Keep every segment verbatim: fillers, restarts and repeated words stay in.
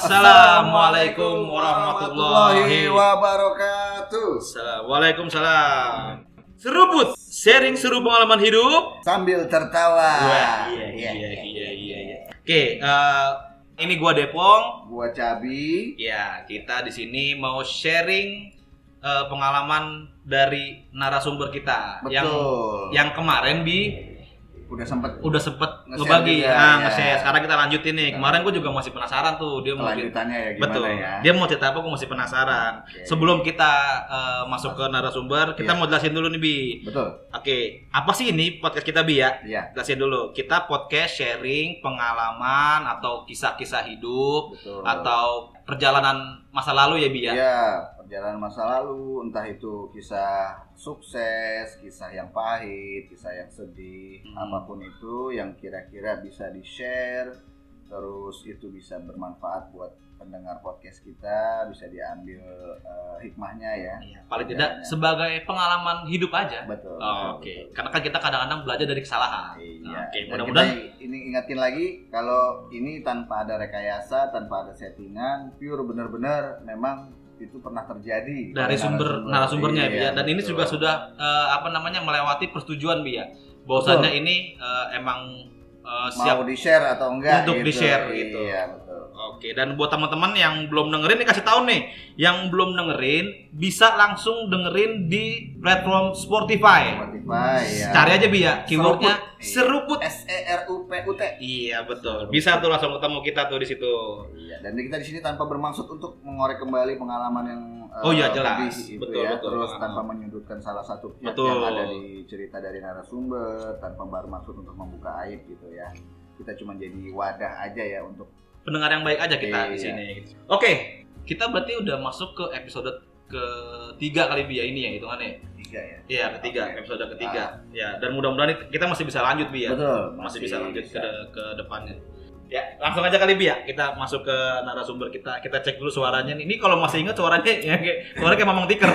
Assalamualaikum warahmatullahi wabarakatuh. Waalaikumsalam. Seruput, sharing seru pengalaman hidup sambil tertawa. Wah, iya, iya, iya, iya, iya, iya. Oke, uh, ini gua Depong, gua Cabi. Ya, kita di sini mau sharing uh, pengalaman dari narasumber kita. Betul. Yang yang kemarin Bi udah sempet udah sempet ngebagi juga, nah ya. nge-share. Sekarang kita lanjutin nih. Kemarin gue juga masih penasaran tuh dia mau lanjutannya ya gimana betul ya. Dia mau cerita apa, gue masih penasaran. Okay. Sebelum kita uh, masuk ke narasumber, kita yeah. mau jelasin dulu nih Bi. Betul. Oke, okay. Apa sih ini podcast kita Bi ya? Iya. Jelasin dulu. Kita podcast sharing pengalaman atau kisah-kisah hidup. Betul. Atau perjalanan masa lalu ya Bi ya? Iya, perjalanan masa lalu, entah itu kisah sukses, kisah yang pahit, kisah yang sedih, hmm. apapun itu yang kira-kira bisa di-share, terus itu bisa bermanfaat buat pendengar podcast kita, bisa diambil uh, hikmahnya ya. Iya, paling tidak sebagai pengalaman hidup aja. Betul. Oh, Oke, okay. Karena kan kita kadang-kadang belajar dari kesalahan. Iya. Oke, okay. Mudah-mudahan ini ingatin lagi kalau ini tanpa ada rekayasa, tanpa ada settingan, pure benar-benar memang itu pernah terjadi dari sumber narasumbernya iya, ya. Dan betul. Ini juga sudah uh, apa namanya melewati persetujuan Bi ya. Bahwasanya ini uh, emang uh, siap mau di-share atau enggak untuk gitu. di-share gitu. Iya, betul. Oke, dan buat teman-teman yang belum dengerin nih kasih tahu nih, yang belum dengerin bisa langsung dengerin di platform Spotify. Spotify ya. Cari aja Bi ya, keywordnya seruput. S E R U P U T. Iya, betul. Bisa tuh langsung ketemu kita tuh di situ. Iya, dan kita di sini tanpa bermaksud untuk mengorek kembali pengalaman yang Oh iya jelas. Itu betul, ya. betul. Terus tanpa menyudutkan salah satu pihak betul. yang ada di cerita dari narasumber, tanpa bermaksud untuk membuka aib gitu ya. Kita cuma jadi wadah aja ya untuk pendengar yang baik aja kita iya. di sini. Oke, kita berarti udah masuk ke episode ketiga kali Bi ya ini ya hitungannya. Ketiga ya. Iya, ketiga, okay. episode ketiga. Ah. Ya, dan mudah-mudahan kita masih bisa lanjut Bi ya. Betul. Masih, masih bisa lanjut bisa. ke ke depannya. Ya, langsung aja kali Bi ya. Kita masuk ke narasumber kita. Kita cek dulu suaranya nih. Ini kalau masih ingat suaranya ya kayak suaranya kayak Mamang Tiker.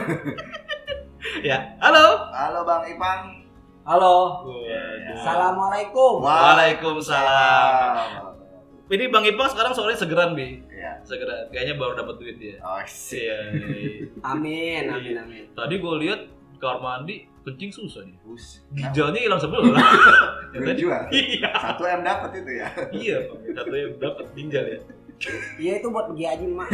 Ya. Halo. Halo Bang Ipang. Halo. Waduh. Assalamualaikum. Waalaikumsalam. Ini Bang Ipang sekarang suaranya segeran Bi. Iya. Segeran. Kayaknya baru dapat duit dia. Oh, iya. Amin, amin, amin. Tadi gue lihat kamar mandi kencing susah nih. Bus. Ginjalnya hilang sebelah. Yang jual. Iya. Satu M dapat itu ya. Iya, Bang. Satu M dapat ginjal ya. Iya itu buat pergi aja, Mak.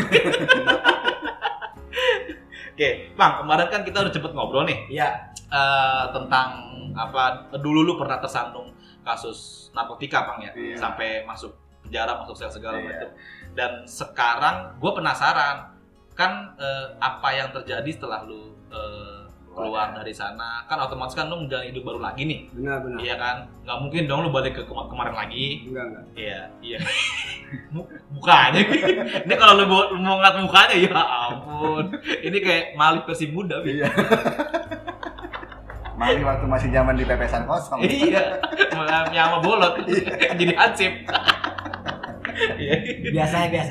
Oke, Bang, kemarin kan kita udah cepet ngobrol nih. Iya. Uh, tentang apa dulu lu pernah tersandung kasus narkotika Bang ya, iya. Sampai masuk penjara, masuk sel segala iya. macam. Dan sekarang gue penasaran kan uh, apa yang terjadi setelah lu uh, keluar dari sana, kan otomatis kan lu menjalani hidup baru lagi nih. Benar, benar. Iya kan? Nggak mungkin dong lu balik ke kemar- kemarin lagi. Enggak, enggak. Iya, iya. Mukanya. Ini kalau lu mau ngat mukanya ya ampun. Ini kayak Malik versi muda. Iya. Malik waktu masih zaman di pepesan kosong. Iya. Sama bolot. Jadi hansip. Biasa biasa.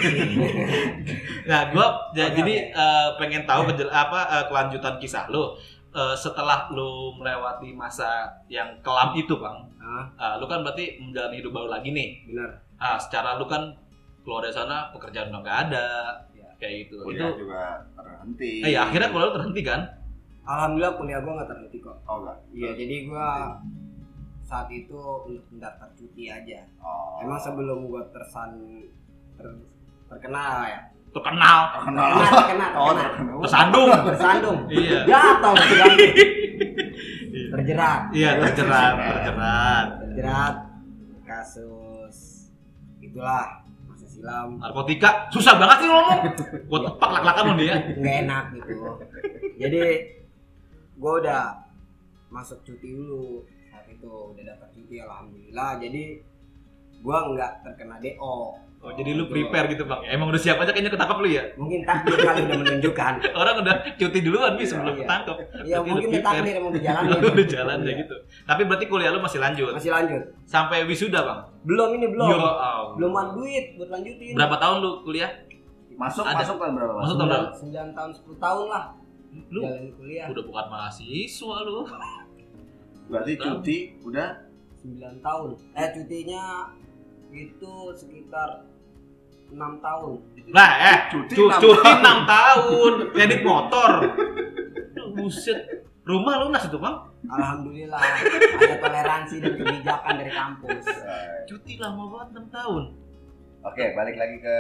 Nah, gue ya, jadi uh, pengen tahu kejel- apa uh, kelanjutan kisah lu uh, setelah lu melewati masa yang kelam itu, Bang. Uh, lu kan berarti menjalani hidup baru lagi nih. Benar. Ah, uh, secara lu kan keluar dari sana pekerjaan udah nggak ada, ya. Kayak gitu. Kuliah itu juga terhenti. Eh, ya, akhirnya kuliah lu terhenti kan? Alhamdulillah kuliah gue nggak terhenti kok. Oh enggak. Iya, jadi gue saat itu untuk mendaftar cuti aja. Oh. Emang sebelum gue tersan ter, terkenal ya. Terkenal. Terkenal. Terkenal. Oh, terkenal. Tersandung. Tersandung. Iya. Jatuh tergantung. Terjerat. Iya, terjerat, terjerat. Terjerat kasus itulah masa silam. Narkotika susah banget sih ngomong. Gua tepak lak-lakan lu dia. Enggak enak gitu. Jadi gue udah masuk cuti dulu saat itu, udah dapat cuti alhamdulillah. Jadi gue nggak terkena D O. Oh, jadi lu prepare gitu Bang. Emang udah siap aja kayaknya ketangkap lu ya? Mungkin takdir kali udah menunjukkan. Orang udah cuti duluan nih sebelum iya. ketangkap. Iya, mungkin udah takdir emang udah jalan. Udah jalan ya gitu. Tapi berarti kuliah lu masih lanjut. Masih lanjut. Sampai wisuda, Bang? Belum ini belum. Yo, oh. Belum ada duit buat lanjutin. Berapa tahun lu kuliah? Masuk ada. masuk tahun berapa? Masuk tahun berapa? sembilan tahun sepuluh tahun lah. Lu jalan kuliah. Udah bukan mahasiswa lu. Berarti cuti udah sembilan tahun. Eh cutinya itu sekitar enam tahun. Nah, eh Cuti cu- enam cuti enam tahun, kredit motor. Buset. Rumah lunas itu, Bang. Alhamdulillah ada toleransi dan kebijakan dari kampus. Cuti lama banget enam tahun. Oke, balik lagi ke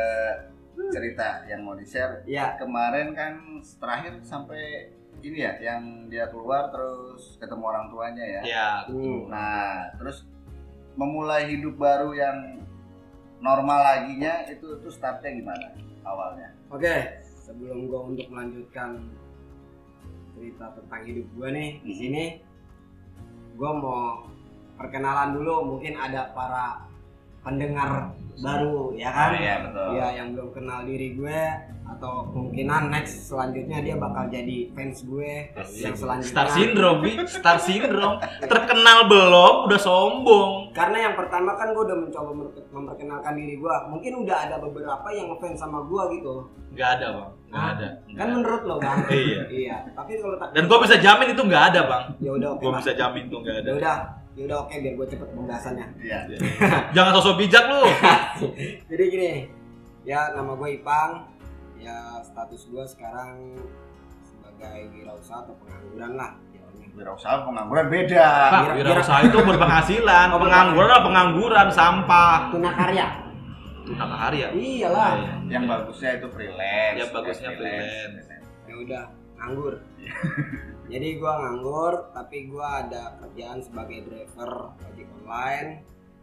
cerita yang mau di-share. Ya, Kemarin kan terakhir sampai ini ya, yang dia keluar terus ketemu orang tuanya ya. Ya, hmm. Nah, terus memulai hidup baru yang normal laginya itu itu startnya gimana awalnya? Oke, sebelum gue untuk melanjutkan cerita tentang hidup gue nih di sini, gue mau perkenalan dulu. Mungkin ada para pendengar baru, ya kan? Oh, iya, betul. Ya, yang belum kenal diri gue, atau kemungkinan next selanjutnya dia bakal jadi fans gue yang selanjutnya. Star syndrome, Bi. Star syndrome. Terkenal belum, udah sombong. Karena yang pertama kan gue udah mencoba memperkenalkan diri gue. Mungkin udah ada beberapa yang ngefans sama gue gitu. Nggak ada, Bang. Nggak Hah? ada. Kan Nggak ada. menurut lo, Bang. Iya. Iya. Tapi kalau tak. Dan gue bisa jamin itu nggak ada, Bang. Ya udah oke. Gue Bang. bisa jamin itu nggak ada. Ya udah, ya udah oke biar gue cepet pembahasannya. Iya. Jangan sosok bijak lu. Jadi gini, ya nama gue Ipang. Ya status gue sekarang sebagai wirausaha atau pengangguran lah. Wirausaha pengangguran beda. Pak, Wira- wirausaha itu berpenghasilan. Oh, Pengangguran adalah pengangguran, sampah. Tunakarya. Tuna karya. Iyalah. Yang bagusnya itu freelance. Yang bagusnya freelance. Ya udah, nganggur. Jadi gua nganggur, tapi gua ada kerjaan sebagai driver ojek online.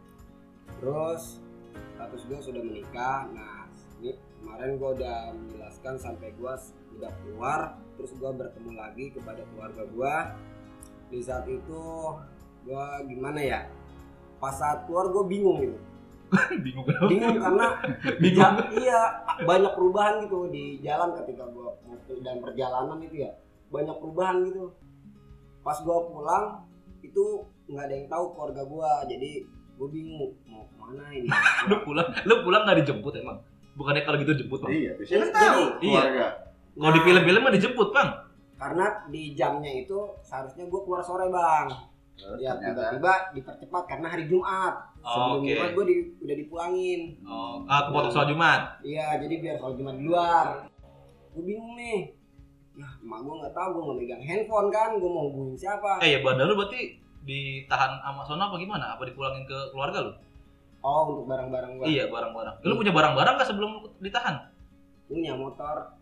Terus status gua sudah menikah. Nah, ini kemarin gua udah menjelaskan sampai gua udah keluar, terus gua bertemu lagi kepada keluarga gua. Di saat itu gua gimana ya? Pas saat keluar gua bingung gitu. Bingung kenapa? Bingung karena Bingung. ja- iya banyak perubahan gitu di jalan ketika gua dan perjalanan itu ya banyak perubahan gitu. Pas gua pulang itu nggak ada yang tahu keluarga gua, jadi gua bingung mau kemana ini. Lu pulang, lu pulang nggak dijemput emang? Bukannya kalau gitu jemput, Bang? Iya, biasanya Jadi- tahu iya. keluarga. Kalau di film-film mah dijemput, Bang. Karena di jamnya itu seharusnya gua keluar sore, Bang. Terus Ya ternyata tiba-tiba dipercepat karena hari Jumat. Oh, Sebelum oke. Jumat gua di, udah dipulangin. Oh, ah, kepotong soal Jumat. Iya, jadi biar sholat Jumat di luar. Gue bingung nih. Ya, emak gue nggak tahu, gue nggak megang handphone kan, gue mau hubungin siapa? Eh, ya badan lu berarti ditahan sama sono apa gimana? Apa dipulangin ke keluarga lu? Oh, untuk barang-barang gue. Iya, barang-barang. Lu punya barang-barang nggak sebelum lu ditahan? Punya motor,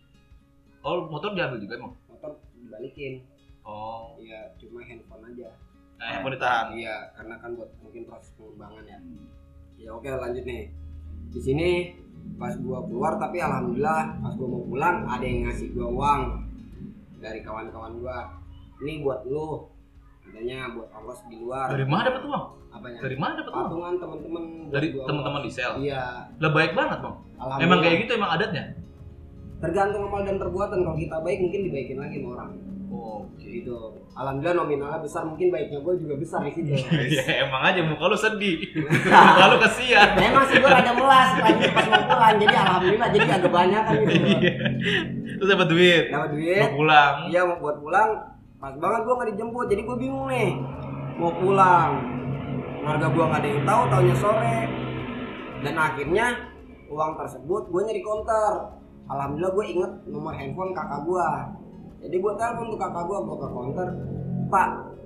Oh, motor diambil juga emang? motor dibalikin. Oh, Iya, cuma handphone aja. nah handphone ditahan. Iya, karena kan buat mungkin proses pengembangan ya. Ya oke, lanjut nih. Di sini pas gua keluar, tapi alhamdulillah pas gua mau pulang ada yang ngasih gua uang dari kawan-kawan gua. Ini buat lu, katanya buat ongkos di luar. Dari mana dapat uang? Apanya? Dari mana dapat uang? Patungan teman-teman buat Dari gua teman-teman ongkos. di sel. Iya, Lah baik banget, Bang. alhamdulillah. Emang kayak gitu emang adatnya? Tergantung amal dan perbuatan. Kalau kita baik mungkin dibaikin lagi sama orang. Oh, oke. Gitu. Alhamdulillah nominalnya besar, mungkin baiknya gue juga besar di situ. Ya emang aja muka lu sedih. Muka lu kesian. Memang sih gue rada melas lagi pas mau pulang, jadi alhamdulillah jadi agak banyak kan gitu. Iya. Terus dapat duit. Dapat duit. Mau pulang. Iya mau buat pulang, pas banget gue nggak dijemput, jadi gue bingung nih mau pulang. Keluarga gue nggak ada yang tahu, taunya sore. Dan akhirnya uang tersebut gue nyari counter. Alhamdulillah gue inget nomor handphone kakak gue. Jadi gue telepon tuh kakak gue, gue ke counter, Pak,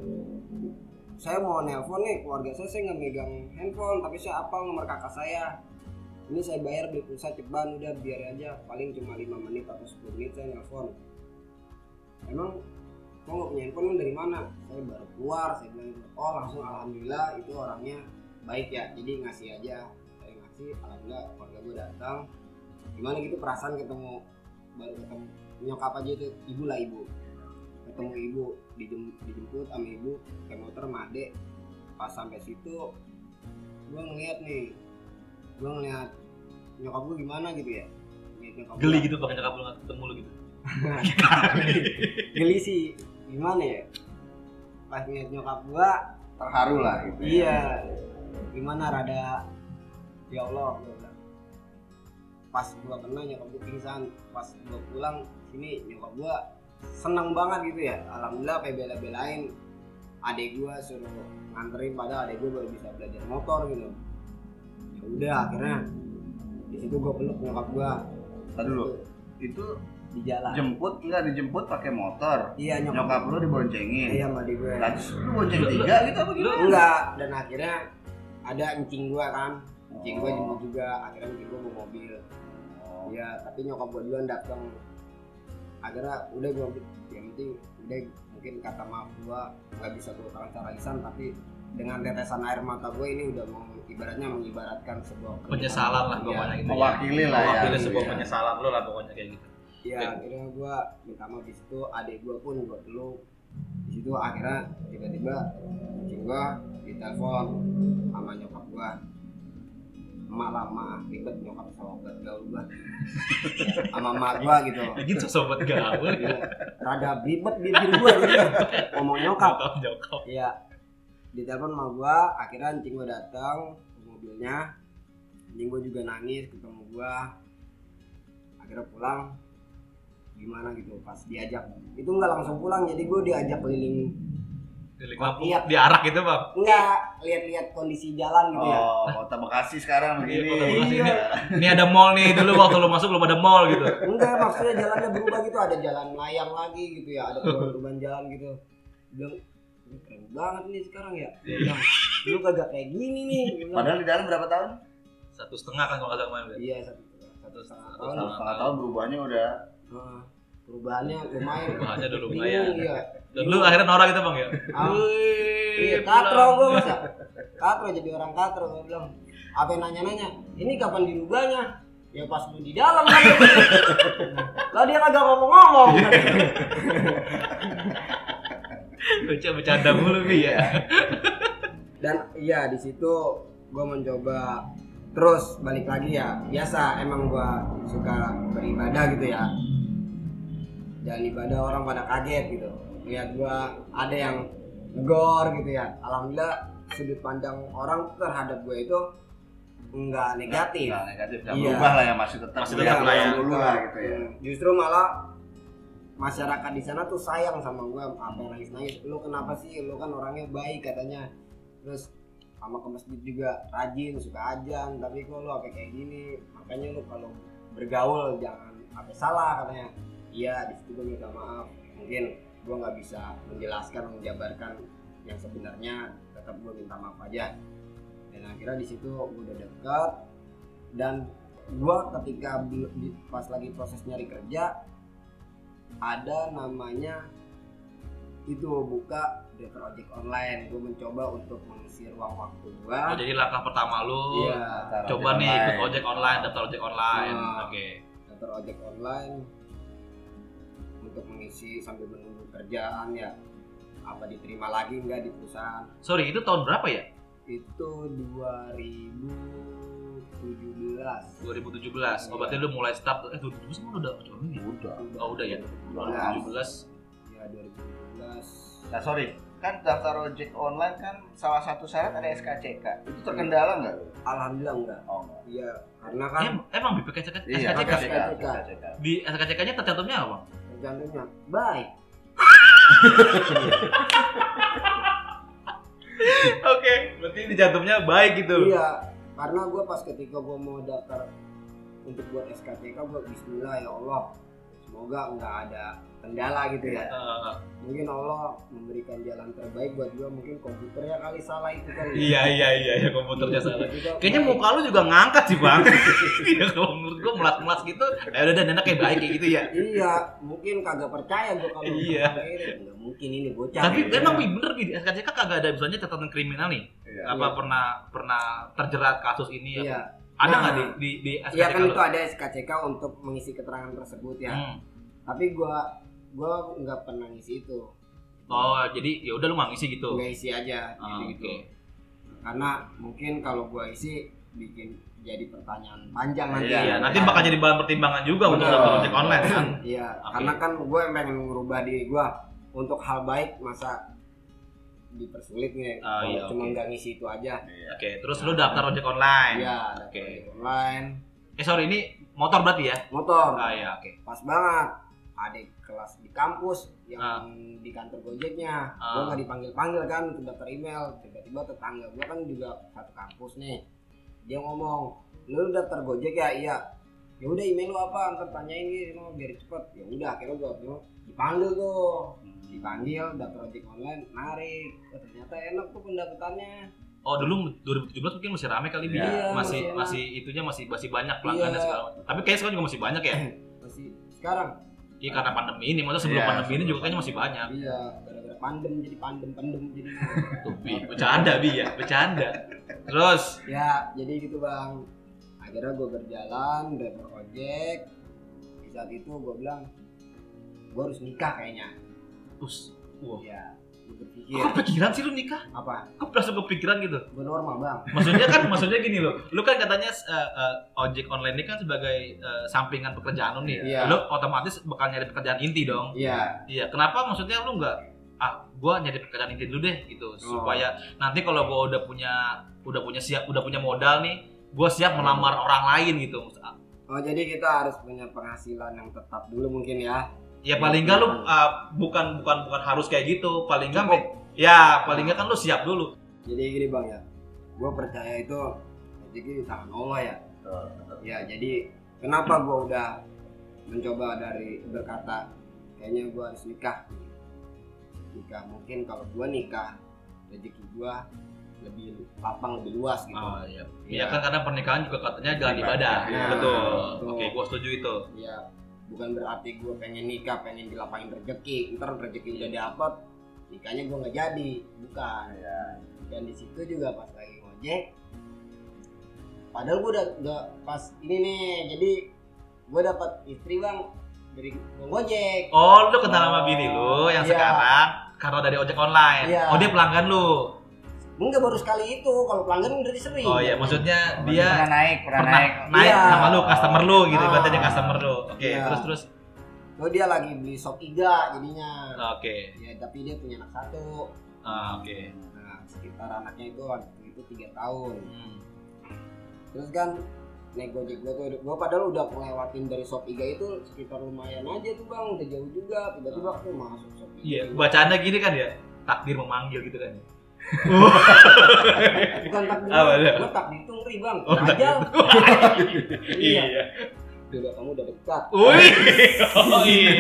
saya mau nelpon nih, keluarga saya saya nggak megang handphone, tapi saya apal nomor kakak saya. Ini saya bayar beli pulsa ceban, udah biar aja, paling cuma lima menit atau sepuluh menit saya nelpon. Emang kok nggak punya handphone dari mana? Saya baru keluar, saya bilang gitu. Oh langsung alhamdulillah itu orangnya baik ya, jadi ngasih aja. Saya ngasih, alhamdulillah keluarga gue datang. Gimana gitu perasaan ketemu, baru ketemu nyokap aja itu, ibu lah ibu. Ketemu ibu, dijem, dijemput sama ibu, pakai motor sama adek. Pas sampai situ, gue ngeliat nih, gue ngeliat nyokap gue gimana gitu ya. Nyokap Geli gua- gitu pakai nyokap lu nggak ketemu lu gitu. Geli sih, gimana ya? Pas ngeliat nyokap gue, Terharu lah gitu. ya. iya, gimana rada, ya Allah, gua bilang. Pas gua kena nyokap gua pingsan, pas gua pulang sini nyokap gua senang banget gitu ya. Alhamdulillah kayak bela-belain adek gua suruh nganterin, padahal adek gua baru bisa belajar motor gitu. Ya udah akhirnya Di situ gue peluk nyokap gue. Tadi dulu. Itu di jalan. Jemput enggak dijemput pakai motor? Iya, nyokap, nyokap lu diboncengin. Iya, sama adik gue. Lanjut lu bonceng tiga gitu apa gimana? Enggak, dan akhirnya ada encing gue kan. Encing gue jemput juga, akhirnya encing gue bawa mobil. Iya, tapi nyokap gue duluan datang. Akhirnya udah gue yang penting udah mungkin kata maaf gue nggak bisa gue secara lisan, tapi dengan tetesan air mata gue ini udah mau ibaratnya mengibaratkan sebuah penyesalan lah pokoknya gitu. Mewakili lah ya. Mewakili sebuah iya. penyesalan lo lah pokoknya kayak gitu. Iya, akhirnya gue minta maaf di situ, adik gue pun gue peluk. Di situ akhirnya tiba-tiba kucing gue ditelepon sama nyokap gue. Emak lama ribet nyokap sobat gaul gue. Sama emak gue gitu. Gitu sobat gaul. Ya, rada ribet di diri gue gitu. Ngomong nyokap. Nyokap. Iya. Ditelepon sama gue, akhirnya anjing gue datang ke mobilnya. Anjing gue juga nangis ketemu gue. Akhirnya pulang. Gimana gitu pas diajak. Itu nggak langsung pulang, jadi gue diajak keliling. Keliling kampung. Lihat. Diarak gitu, Bang. Enggak, lihat-lihat kondisi jalan gitu ya. Oh, Kota Bekasi sekarang begini. Kota Bekasi Iya. ini. Ini ada mall nih, dulu waktu lu masuk belum ada mall gitu. Enggak, maksudnya jalannya berubah gitu, ada jalan layang lagi gitu ya, ada perubahan jalan gitu. Bilang, ini keren banget nih sekarang ya. Bilang, lu kagak kayak gini nih. Bilang, Padahal di dalam berapa tahun? Satu setengah kan kalau nggak salah kemarin. iya satu satu setengah tahun. Satu setengah tahun berubahnya udah. Nah, perubahannya lumayan. Perubahannya udah Bingung, lumayan. Iya. Dan lu akhirnya norak gitu, Bang ya. Ah. Wih, Iya, pulang. katro gue masa. Katro jadi orang katro, gue bilang. Apa yang nanya-nanya? Ini kapan dirubahnya? Ya pas lu di dalam kan. Lah dia kagak ngomong-ngomong. Baca bercanda mulu Bi ya. Dan iya di situ gue mencoba terus balik lagi ya. Biasa emang gue suka beribadah gitu ya. Dan ibadah orang pada kaget gitu. Lihat gue ada yang gor gitu ya. Alhamdulillah sudut pandang orang terhadap gue itu enggak negatif. Enggak negatif, enggak Iya. berubah lah ya, masih tetap Masih lihat tetap lah ya. dulu lah gitu ya. Justru malah masyarakat di sana tuh sayang sama gue, apa yang nangis-nangis. Lu kenapa sih? Lu kan orangnya baik katanya. Terus sama ke masjid juga rajin, suka ajan, tapi kok lu apa kayak gini? Makanya lu kalau bergaul jangan apa salah katanya. Iya, di situ gue minta maaf. Mungkin gue nggak bisa menjelaskan, menjabarkan yang sebenarnya, tetap gue minta maaf aja. Dan akhirnya di situ gue udah dekat, dan gue ketika pas lagi proses nyari kerja ada namanya itu buka driver ojek online. Gue mencoba untuk mengisi ruang waktu gue. Oh, jadi langkah pertama lu Iya, coba nih ikut ojek online, daftar ojek online. Nah. Oke. daftar ojek online untuk mengisi sambil menunggu kerjaan ya, apa diterima lagi enggak di perusahaan. Sorry, itu tahun berapa ya? Itu dua ribu tujuh belas. dua ribu tujuh belas. Oh, berarti lu mulai start eh dua ribu tujuh belas kan udah coba ini. Udah. Oh, udah ya. dua ribu tujuh belas. Ya dua ribu tujuh belas. Nah sorry, kan daftar ojek online kan salah satu syarat ada S K C K. Itu terkendala nggak? Alhamdulillah enggak. Oh enggak. Iya, karena kan Em, emang B P K C K Iya, S K C K? S K C K. Di S K C K-nya tercantumnya apa? tercantumnya baik. Oke, berarti dicantumnya baik gitu. Iya, karena gue pas ketika gue mau daftar untuk buat S K C K, gue bismillah ya Allah, semoga nggak ada kendala gitu ya. Uh, Mungkin Allah memberikan jalan terbaik buat gue, mungkin komputernya kali salah itu kali. iya iya iya ya, komputernya salah. Juga Kayaknya baik. muka lu juga ngangkat sih bang. Iya kalau menurut gua melas-melas gitu, ya udah dan enak kayak baik kayak gitu ya. Iya, mungkin kagak percaya gue kalau Iya. nggak mungkin ini bocah. Tapi gitu. emang Bi, bener Bi, S K C K kagak ada misalnya catatan kriminal nih. Iya. Apa Iya. pernah pernah terjerat kasus ini? Iya. Apa? Ada Nah, nggak di di di S K C K? Iya kan lu? itu ada S K C K untuk mengisi keterangan tersebut ya. Hmm. Tapi gue gue nggak pernah ngisi itu. Oh jadi ya udah lu nggak ngisi gitu. Nggak isi aja Ah, gitu. oke. Karena mungkin kalau gua isi bikin jadi pertanyaan panjang nanti. Iya, Iya, nanti bakal jadi bahan pertimbangan juga untuk Bener. daftar ojek online kan. Iya, Oke. karena kan gue pengen merubah diri gua untuk hal baik, masa dipersulit nih. Ah, Kalau iya, cuma oke. nggak ngisi itu aja. Iya. Oke, terus lu daftar ojek online. Iya, ada Oke. ojek online, Eh sorry ini motor berarti ya? motor. Ah iya oke. Pas banget. Ada kelas di kampus yang Ah. di kantor Gojeknya. Ah. Gua nggak dipanggil-panggil kan untuk daftar email. Tiba-tiba tetangga gua kan juga satu kampus nih. dia ngomong, lu daftar Gojek ya? Iya. Ya udah email lu apa? Ntar tanyain gitu biar cepet. Ya udah akhirnya gua tuh dipanggil tuh, dipanggil daftar ojek online, narik. Oh, ternyata enak tuh pendapatannya. Oh dulu dua ribu tujuh belas mungkin masih rame kali Bi. Iya, masih masih masih itunya masih masih banyak pelanggannya Iya. segala macam. Tapi kayaknya sekarang juga masih banyak ya. Masih sekarang. Iya karena pandemi ini, maksudnya sebelum Iya, pandemi ini juga kayaknya masih banyak. Iya, gara-gara pandem jadi pandem pandem jadi. Tuh, Bi, bercanda Bi ya, bercanda. Terus Ya, jadi gitu bang. Akhirnya gue berjalan, driver ojek. Di saat itu gue bilang, gue harus nikah kayaknya. us, wah. Ya, gue berpikir Kok kepikiran sih lu nikah? apa? Kok langsung kepikiran gitu? Gue normal bang. Maksudnya kan, maksudnya gini loh. Lu kan katanya uh, uh, ojek online ini kan sebagai uh, sampingan pekerjaan lu nih. Iya. Lu otomatis bakal nyari pekerjaan inti dong. Iya. Iya. Kenapa maksudnya lu nggak? Ah, gua nyari pekerjaan inti dulu deh gitu. Supaya nanti kalau gua udah punya, udah punya siap, udah punya modal nih, gua siap melamar orang lain gitu. Oh jadi kita harus punya penghasilan yang tetap dulu mungkin ya. Ya paling nggak lu uh, bukan bukan bukan harus kayak gitu. Paling nggak, ya paling nggak kan lu siap dulu. Jadi gini bang ya, gue percaya itu rezeki di tangan Allah ya. Ya jadi kenapa gue udah mencoba dari berkata kayaknya gue harus nikah. Nikah mungkin kalau gue nikah rezeki gue lebih lapang, lebih luas gitu. Oh iya. Iya. Ya kan karena pernikahan juga katanya jalan ibadah. Iya. Betul. Betul. Oke, gua setuju itu. Ya bukan berarti gue pengen nikah, pengen dilapangin rezeki. Ntar rezeki udah dapet, nikahnya gue nggak jadi, bukan. Ya. Dan di situ juga pas lagi ngojek, padahal gue udah, udah pas ini nih, jadi gue dapat istri bang dari ngojek. Oh, lu kenal sama bini lu yang Iya. sekarang karena dari ojek online. Iya. Oh, dia pelanggan lu. Enggak baru sekali itu, kalau pelanggan udah sering. Oh iya, maksudnya Pernah dia naik, pernah, pernah naik. naik Iya. sama lu, customer lu gitu, Ah. berarti dia customer lu. Oke, Iya. terus terus. Oh dia lagi beli sop iga jadinya. Oke. Ya tapi dia punya anak satu. Ah, oke. Nah sekitar anaknya itu waktu itu tiga tahun. Hmm. Terus kan naik gojek gue tuh, gue padahal udah ngelewatin dari sop iga itu sekitar lumayan aja tuh bang, udah jauh juga. Tiba-tiba aku masuk sop iga. Iya, bacaannya gini kan ya. Takdir memanggil gitu kan. Bukan takdir, Apa, ada? gue takdir itu ngeri bang. Oh, Ajal. Iya. Udah kamu udah dekat. Wih. Oh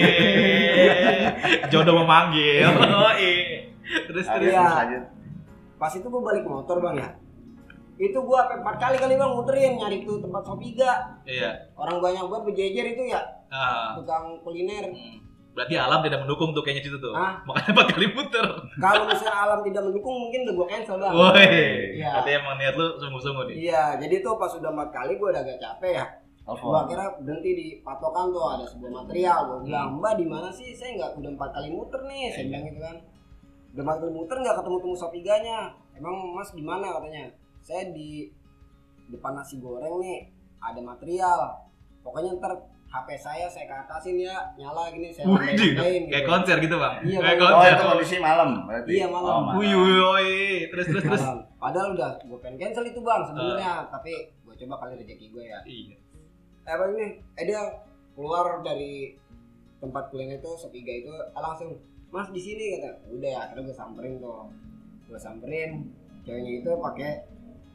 iya. Jodoh memanggil. Oh iya. Terus terus. Iya. Terus lanjut. Pas itu gue balik motor bang ya. Itu gue sampai empat kali kali bang muterin nyari tuh tempat sop iga. Iya. Orang banyak banget berjejer itu ya, Ah. tukang kuliner. Hmm. Berarti alam tidak mendukung tuh kayaknya situ tuh. Hah? Makanya empat kali muter. Kalau misalnya alam tidak mendukung mungkin udah gue cancel bang. Woi. Iya. Berarti emang niat lu sungguh-sungguh nih. Iya, jadi tuh pas udah empat kali gue udah agak capek ya. Gue Telepon. akhirnya berhenti di patokan tuh ada sebuah material. Gue bilang, Mbak di mana sih? Saya nggak udah empat kali muter nih. Saya bilang gitu kan. Udah empat kali muter nggak ketemu temu sop iganya. Emang Mas di mana katanya? Saya di depan nasi goreng nih. Ada material. Pokoknya ntar H P saya saya ke atasin ya, nyala gini saya Wih, main kayak konser gitu bang. Iya, Kayak Bang. Oh konser. itu kondisi malam berarti. Iya, malam. Oh, malam. Wih, wih, wih. Terus terus terus. Malam. Padahal udah gue pengen cancel itu bang sebenarnya, tapi gue coba kali rezeki gue ya. Iya. Eh apa ini? Eh dia keluar dari tempat kuliner itu sepiga itu eh, langsung Mas di sini kata. Udah ya akhirnya gue samperin tuh. Gue samperin ceweknya itu pakai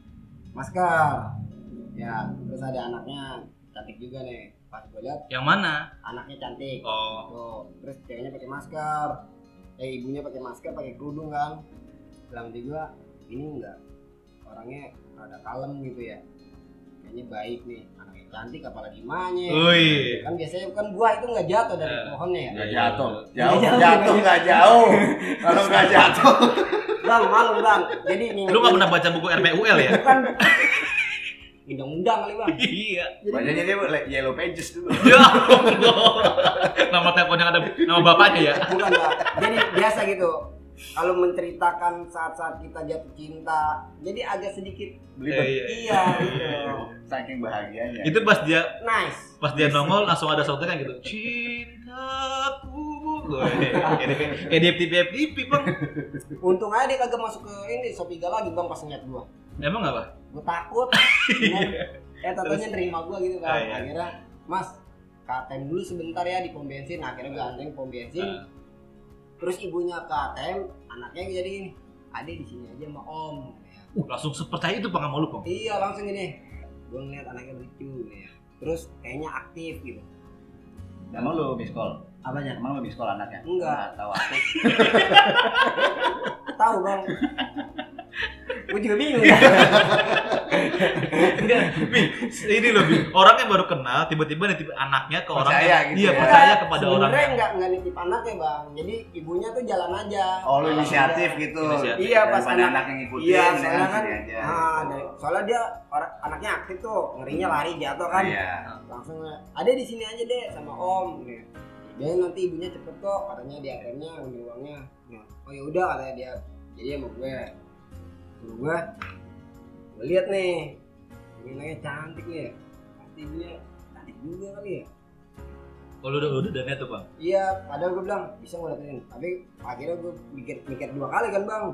masker. Ya terus ada anaknya cantik juga nih. Pas gue lihat Yang mana? anaknya cantik. Oh. Tuh, terus ceweknya pakai masker. Eh ibunya pakai masker, pakai kerudung kan. Bilang juga ini enggak orangnya rada kalem gitu ya. Kayaknya baik nih, anaknya cantik apalagi emaknya. Wih. Kan biasanya kan buah itu nggak jatuh dari Eh. pohonnya ya. Nggak Iya, jatuh. iya. Jauh, Nggak jauh, jatuh nggak nggak jauh. Kalau nggak jatuh. Bang, malu bang. Jadi nih. Lu nggak pernah baca buku R P U L ya? Bukan. Undang-undang kali bang. Iya. Jadi Bacanya dia Yellow Pages dulu. Ya Allah. Nama telepon yang ada nama bapaknya ya. bukan bang. Jadi biasa gitu. Kalau menceritakan saat-saat kita jatuh cinta, jadi agak sedikit Belibet. Iya, iya gitu. Saking bahagianya. Itu pas dia Nice. pas dia nongol langsung ada sautan kan gitu. Cintaku. Kayak kayak di F T V F T V bang. Untung aja dia kagak masuk ke ini Sopiga lagi bang pas ngeliat gua. Emang nggak pak? Gue takut. Eh tatanya nerima gua gitu kan. Ah, iya. Akhirnya Mas K T M dulu sebentar ya di pom bensin. Akhirnya gue anteng pom bensin. Ah. Terus ibunya K T M, anaknya jadi gini. Ade di sini aja sama Om. Ya. Uh, langsung sepercaya itu Bang sama lu, Bang. Iya langsung gini, gue ngeliat anaknya lucu nih ya. Terus kayaknya aktif gitu. Emang lu miss call? Apanya? Emang lu miss call anaknya? Enggak. Tahu aku. Tahu Bang. Gue juga bingung ya. Enggak, Bi, ini loh Bi, orang yang baru kenal tiba-tiba nitip anaknya ke orang Percaya yang gitu iya ya. percaya kepada orang. Sebenarnya enggak enggak nitip anaknya Bang. Jadi ibunya tuh jalan aja. Oh, lu Jalan inisiatif aja. gitu. Inisiatif. Iya pas Daripada anak, anak yang ngikutin. iya mendingan soalnya kan, sini aja. ah, dari, soalnya dia orang anaknya aktif tuh, ngerinya lari jatuh kan, Iya. langsung ada di sini aja deh sama Om. Nih. Dia nanti ibunya cepet kok, katanya di A T M-nya ambil uangnya. Nah, oh ya udah katanya dia, jadi sama gue, suruh gue, gue lihat nih, ini anaknya cantik nih, pasti ibunya cantik juga kali ya. Oh, lu udah udah udah net tuh, Bang. Iya, padahal gue bilang bisa gue dapetin, tapi akhirnya gue mikir mikir dua kali kan Bang.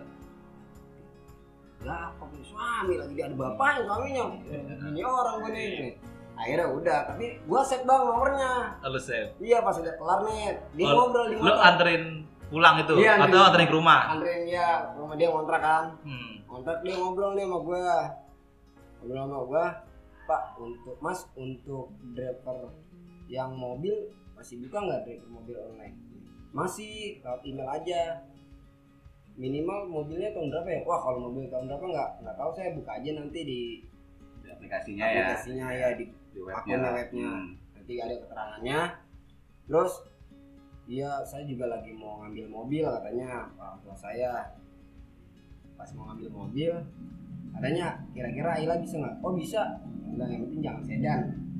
Lah, kok punya suami lagi dia ada bapaknya suaminya, ini orang gue nih. Akhirnya udah, tapi gue save Bang nomornya. Lu save. Iya pas udah kelar nih, dia Oh, ngobrol di Lu motor. anterin pulang itu Iya, atau anterin. anterin ke rumah? Anterin dia, rumah dia ngontrak kan. Hmm. Ngontrak dia ngobrol nih sama gue. Ngobrol sama gue, Pak, untuk Mas untuk driver yang mobil masih buka nggak driver mobil online? Masih, lewat email aja. Minimal mobilnya tahun berapa ya? Wah kalau mobil tahun berapa nggak nggak tahu, saya buka aja nanti di Di aplikasinya ya. aplikasinya ya, di Di akunnya webnya. Hmm. Nanti ada keterangannya. Terus iya saya juga lagi mau ngambil mobil katanya orang tua saya. Pas mau ngambil mobil katanya kira-kira Ayla bisa nggak? Oh bisa. Bilang yang penting jangan sedan.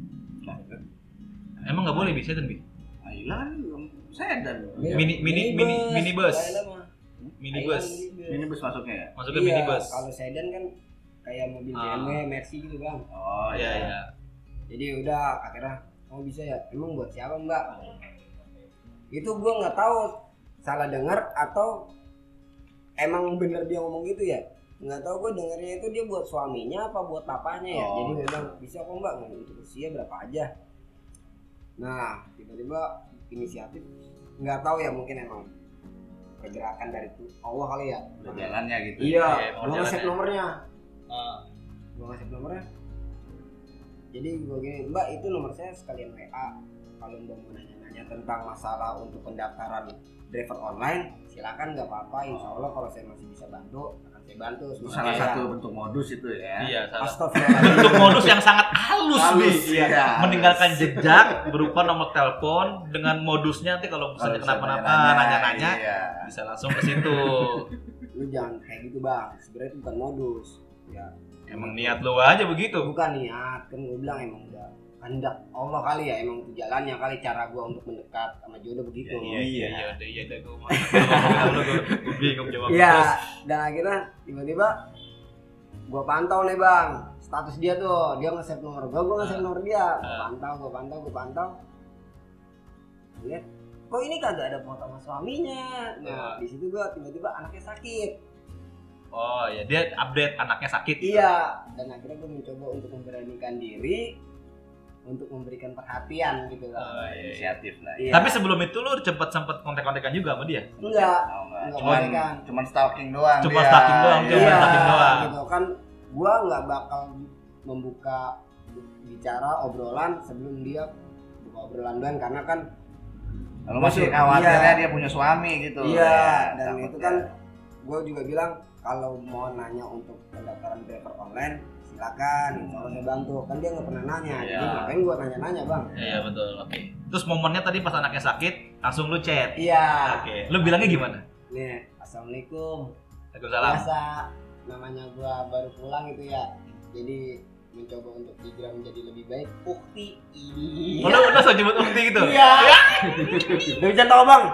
Emang nggak boleh bisa dan Bi? Ayla kan sedan. Mini- mini- mini- minibus. Ayla mah. Minibus. Ayla Ini bus masuknya ya? Masuknya Iya, minibus. kalau sedan kan kayak mobil B M W, Ah. Mercy gitu bang. Oh Iya, iya. iya. Jadi udah akhirnya oh bisa ya. Emang buat siapa mbak? Itu gue nggak tahu salah dengar atau emang bener dia ngomong gitu ya. Nggak tahu, gue dengarnya itu dia buat suaminya apa buat papanya ya. Oh, Jadi gue iya. bilang bisa kok mbak, nggak untuk usia berapa aja. Nah tiba-tiba inisiatif nggak tahu ya, mungkin emang pergerakan dari itu Allah kali ya. Udah jalannya gitu. Iya, Iya, gue nge-save jalannya. nomornya. Ah. Gue ngasih nomornya. Jadi gue gini, mbak itu nomor saya sekalian W A. Kalau mbak mau nanya-nanya tentang masalah untuk pendaftaran driver online, silakan nggak apa-apa. Insya Allah kalau saya masih bisa bantu, akan saya bantu. Itu Semoga salah ya. satu bentuk modus itu ya. Iya, salah. Astagfirullahaladzim. Bentuk modus yang sangat halus, Halus, Bi. iya. Meninggalkan jejak berupa nomor telepon dengan modusnya nanti kalau misalnya Kalau kenapa-napa nanya-nanya, nanya-nanya iya. bisa langsung ke situ. Lu jangan kayak gitu bang. Sebenarnya itu bukan modus. Ya. Emang niat lo aja begitu. Bukan niat, kan gue bilang emang udah kehendak Allah kali ya, emang itu jalannya kali cara gue untuk mendekat sama jodoh begitu. Iya iya iya udah iya udah gue mau gue bingung jawab. Iya, Terus, dan akhirnya tiba-tiba gue pantau nih bang, status dia tuh, dia nge-save nomor gue, gue nge-save nomor dia, gue pantau, gue pantau, gue pantau, lihat, kok ini kagak ada foto sama suaminya. Nah di situ gue tiba-tiba anaknya sakit. oh ya dia update anaknya sakit. Iya, dan akhirnya gue mencoba untuk memberanikan diri untuk memberikan perhatian gitu Oh, lah. iya, iya. Inisiatif lah. Iya. Tapi sebelum itu lu cepet sempet kontak-kontakan juga sama dia. Enggak, Oh, enggak. Enggak Cuman, boleh kan. cuman stalking doang. Cuma dia. stalking doang, cuma iya, stalking doang. gitu kan. Gua nggak bakal membuka bicara obrolan sebelum dia buka obrolan duluan, karena kan Lalu masih Iya. khawatirnya dia punya suami gitu. iya, Ya, dan takutnya. itu kan gue juga bilang kalau mau nanya untuk pendaftaran driver online silakan, insya Allah saya bantu. Kan dia nggak pernah nanya, Iya. jadi ngapain gue nanya-nanya bang? Iya betul. Oke. Terus momennya tadi pas anaknya sakit langsung lu chat. Iya. Oke. Lu bilangnya gimana? Nih, assalamualaikum. Waalaikumsalam. Biasa namanya gue baru pulang itu ya, jadi mencoba untuk hijrah menjadi lebih baik. Ukti. Oh, lu udah langsung jemput ukti gitu? Iya. Lu bisa tahu bang?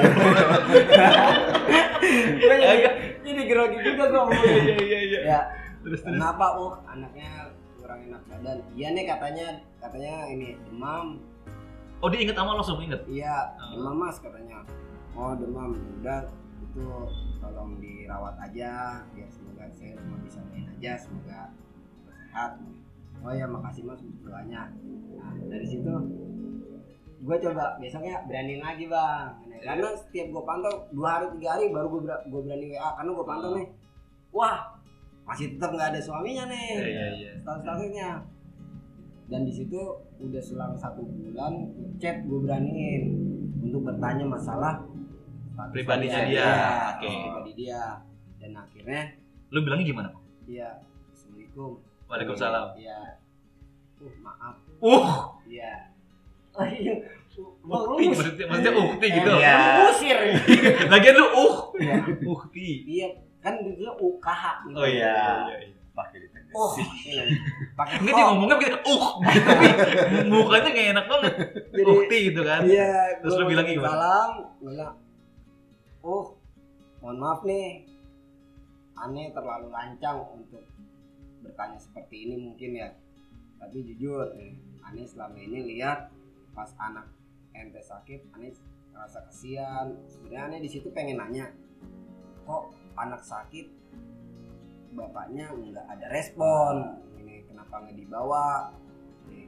Gue jadi, jadi grogi juga gue ngomongnya. Iya iya Ya, Terus terus. kenapa uh anaknya kurang enak badan? Iya nih katanya, katanya ini demam. Oh dia inget sama lo langsung inget. Iya, Oh. demam mas katanya. Oh demam, udah itu tolong dirawat aja biar semoga saya cuma bisa main aja, semoga sehat. Oh ya makasih mas untuk doanya. Nah dari situ gue coba besoknya berani lagi bang, nah, karena setiap gue pantau dua hari tiga hari baru gue ber- gue berani W A, karena gue pantau nih, wah masih tetap nggak ada suaminya nih. Iya iya iya. Status-statusnya. Dan di situ udah selang satu bulan chat gue beraniin untuk bertanya masalah Pribadinya dia. dia, Oke. pribadi dia. Dan akhirnya, Lu bilangnya gimana? iya, assalamualaikum. Waalaikumsalam. Iya. Uh maaf. Uh, Iya. Oh iya. ukti maksudnya, maksudnya ukti gitu. Iya. Usir. Lagian lu uh, Iya. ukti. Iya, kan dia U K H gitu. Oh iya. iya, iya. Pakai ditegesin. Oh, iya. Pakai Enggak kok. dia ngomongnya begitu, uh, gitu, tapi mukanya nggak enak banget. Jadi- Ukti gitu kan. Iya, Terus gua lu bilangnya ucapin gimana? Salam, gua bilang, oh, mohon maaf nih, aneh terlalu lancang untuk bertanya seperti ini mungkin ya. Tapi jujur, nih, aneh selama ini lihat pas anak ente sakit, aneh ngerasa kesian. Sebenarnya aneh di situ pengen nanya, kok anak sakit bapaknya nggak ada respon, ini kenapa nggak dibawa? Nih,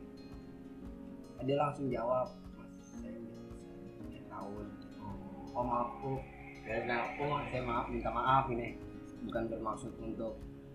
dia langsung jawab, mas saya udah tiga tahun. Oh maaf, oh saya bilang, oh saya maaf, minta maaf ini bukan bermaksud untuk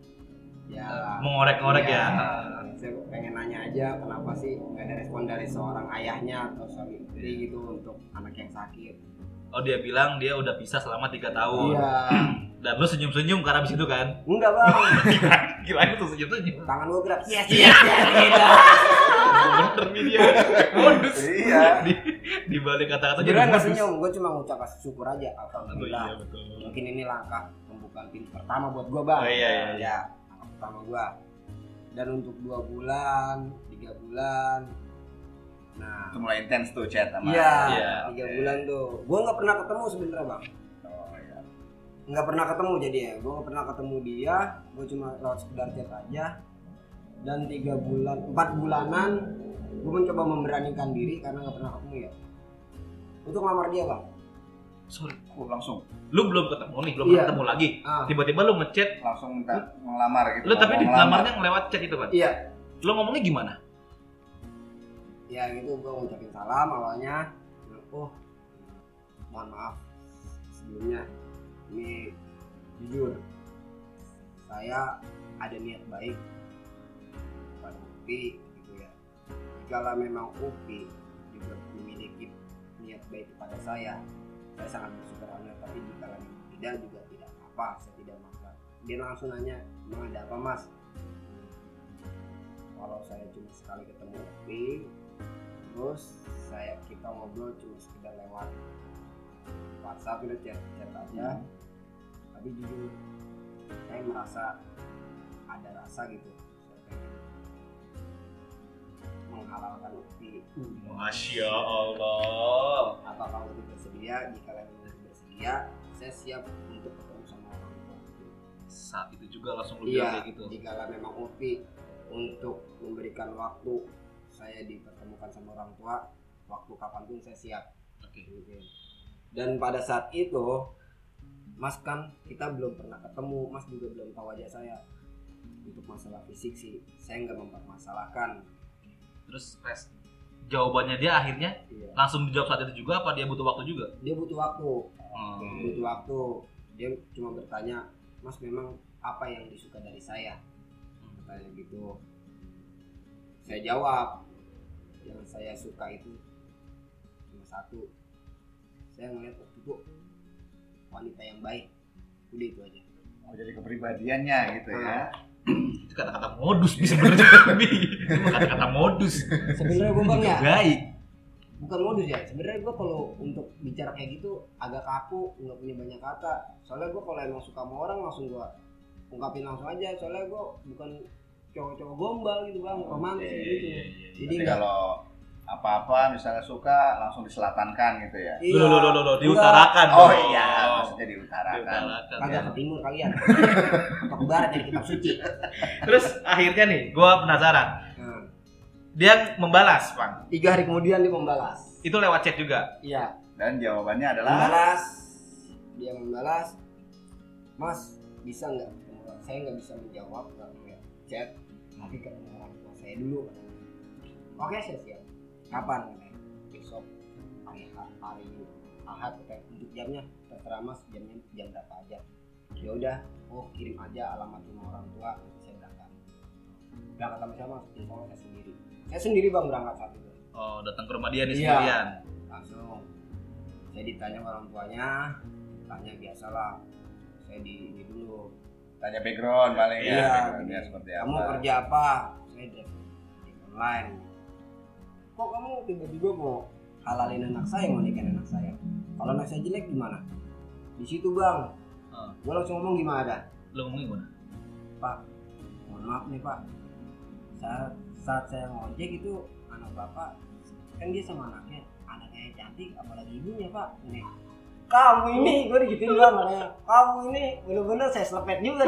ya Mengorek-ngorek iya, ya. saya pengen nanya aja kenapa sih nggak ada respon dari seorang ayahnya atau suami istri gitu untuk anak yang sakit. Oh dia bilang dia udah pisah selama tiga tahun. Iya, Dan lu senyum-senyum karena abis itu kan. enggak bang, Kirain tuh senyum-senyum. tangan gua gerak, yes Iya. yes yes gitu. Bener nih dia. Modus. Iya. Di, di balik kata-kata jadi Sebenarnya nggak modus. senyum, gua cuma ngucap syukur aja, Oh alhamdulillah. iya betul. Mungkin ini langkah pembukaan pintu pertama buat gua bang. Oh iya, iya, iya. Ya, langkah pertama gua. Dan untuk dua bulan, tiga bulan, nah, Itu mulai intens tuh chat sama. iya, Iya, tiga oke. bulan tuh. Gua nggak pernah ketemu sebenarnya bang. Oh iya. Nggak pernah ketemu jadi ya. Gua nggak pernah ketemu dia. Gua cuma lewat sekedar chat aja. Dan tiga bulan, empat bulanan, gua mencoba memberanikan diri karena nggak pernah ketemu ya. Untuk ngelamar dia bang. Sorry. Oh, langsung Lu belum ketemu nih, belum Iya. ketemu lagi. Ah, Tiba-tiba lu ngechat. langsung minta ngelamar gitu. Lu tapi ngomong dilamarnya ngelewat chat itu kan. iya. Lu ngomongnya gimana? Ya gitu gue ngucapin salam awalnya, oh mohon maaf sebelumnya, ini jujur saya ada niat baik pada Upi gitu ya. Jika memang Upi juga memiliki niat baik kepada saya, saya sangat bersyukur alhamdulillah. Tapi jika memang tidak juga tidak apa-apa, saya tidak maksa. Dia langsung nanya, emang ada apa mas? Kalau saya cuma sekali ketemu Upi, terus saya kita ngobrol cuma sekedar lewat WhatsApp gitu, chat chat aja. Tapi jujur saya merasa ada rasa gitu, saya pengen menghalalkan Upi. Masya Allah. Apakah Upi bersedia? Jika memang bersedia, saya siap untuk ketemu sama orang tua Upi. Saat itu juga langsung lu bilang Iya, kayak gitu. jika memang Upi untuk memberikan waktu saya dipertemukan sama orang tua, waktu kapanpun saya siap. Oke. Gitu. Dan pada saat itu, Mas kan kita belum pernah ketemu, Mas juga belum tahu wajah saya. Untuk masalah fisik sih, saya nggak mempermasalahkan. Terus res jawabannya dia akhirnya Iya. langsung dijawab saat itu juga apa dia butuh waktu juga? Dia butuh waktu, Hmm. butuh waktu. Dia cuma bertanya, Mas memang apa yang disuka dari saya? Katanya gitu. Saya jawab, yang saya suka itu cuma satu. Saya ngeliat waktu itu wanita yang baik. Udah itu aja. Oh, jadi kepribadiannya gitu ya. Itu kata-kata modus bisa sebenarnya. Itu kata-kata modus. Sebenarnya gue bang ya, Baik. bukan modus ya. Sebenarnya gue kalau untuk bicara kayak gitu agak kaku, nggak punya banyak kata. Soalnya gue kalau emang suka sama orang langsung gue ungkapin langsung aja. Soalnya gue bukan cowok-cowok gombal gitu bang, romantis Iya, gitu. iya, iya. Jadi Jadi nggak. kalau apa-apa misalnya suka langsung diselatankan gitu ya. Iya, Loh, loh, loh, loh, loh, enggak. diutarakan. Oh dong. iya, maksudnya diutarakan. Diutarakan. Kagak ya. ke timur kalian. Atau ke barat jadi kitab suci. Terus akhirnya nih, gua penasaran. Nah, Dia membalas, Bang. tiga hari kemudian dia membalas. Itu lewat chat juga. Iya. Dan jawabannya adalah Membalas. Dia membalas. Mas bisa nggak? Saya nggak bisa menjawab karena chat. Tapi ketemu orang tua saya dulu. Oke saya siap. Kapan? Besok hari hari Ahad kayak untuk jamnya terserah mas, jamnya jam berapa aja. Ya udah. oh kirim aja alamat rumah orang tua, nanti saya berangkat. Berangkat sama siapa? Insya Allah saya sendiri. Saya sendiri bang berangkat saat itu. Oh, datang ke rumah dia nih Iya. sendirian. Langsung. Saya ditanya orang tuanya, tanya biasalah. Saya di ini dulu. Tanya background paling ya, Iya. backgroundnya seperti apa. Kamu kerja apa? Saya drive drive online. Kok kamu tiba-tiba mau halalin anak saya, mau nikahin anak saya? Kalau anak saya jelek gimana? Di situ bang, Oh. gue langsung ngomong gimana? Lu ngomong gimana? Pak, mohon maaf nih pak, saat saat saya ngojek itu anak bapak kan dia sama anaknya, anaknya yang cantik, apalagi ibunya pak. Ini kamu ini, gue digituin bang, makanya kamu ini bener-bener saya selepet juga.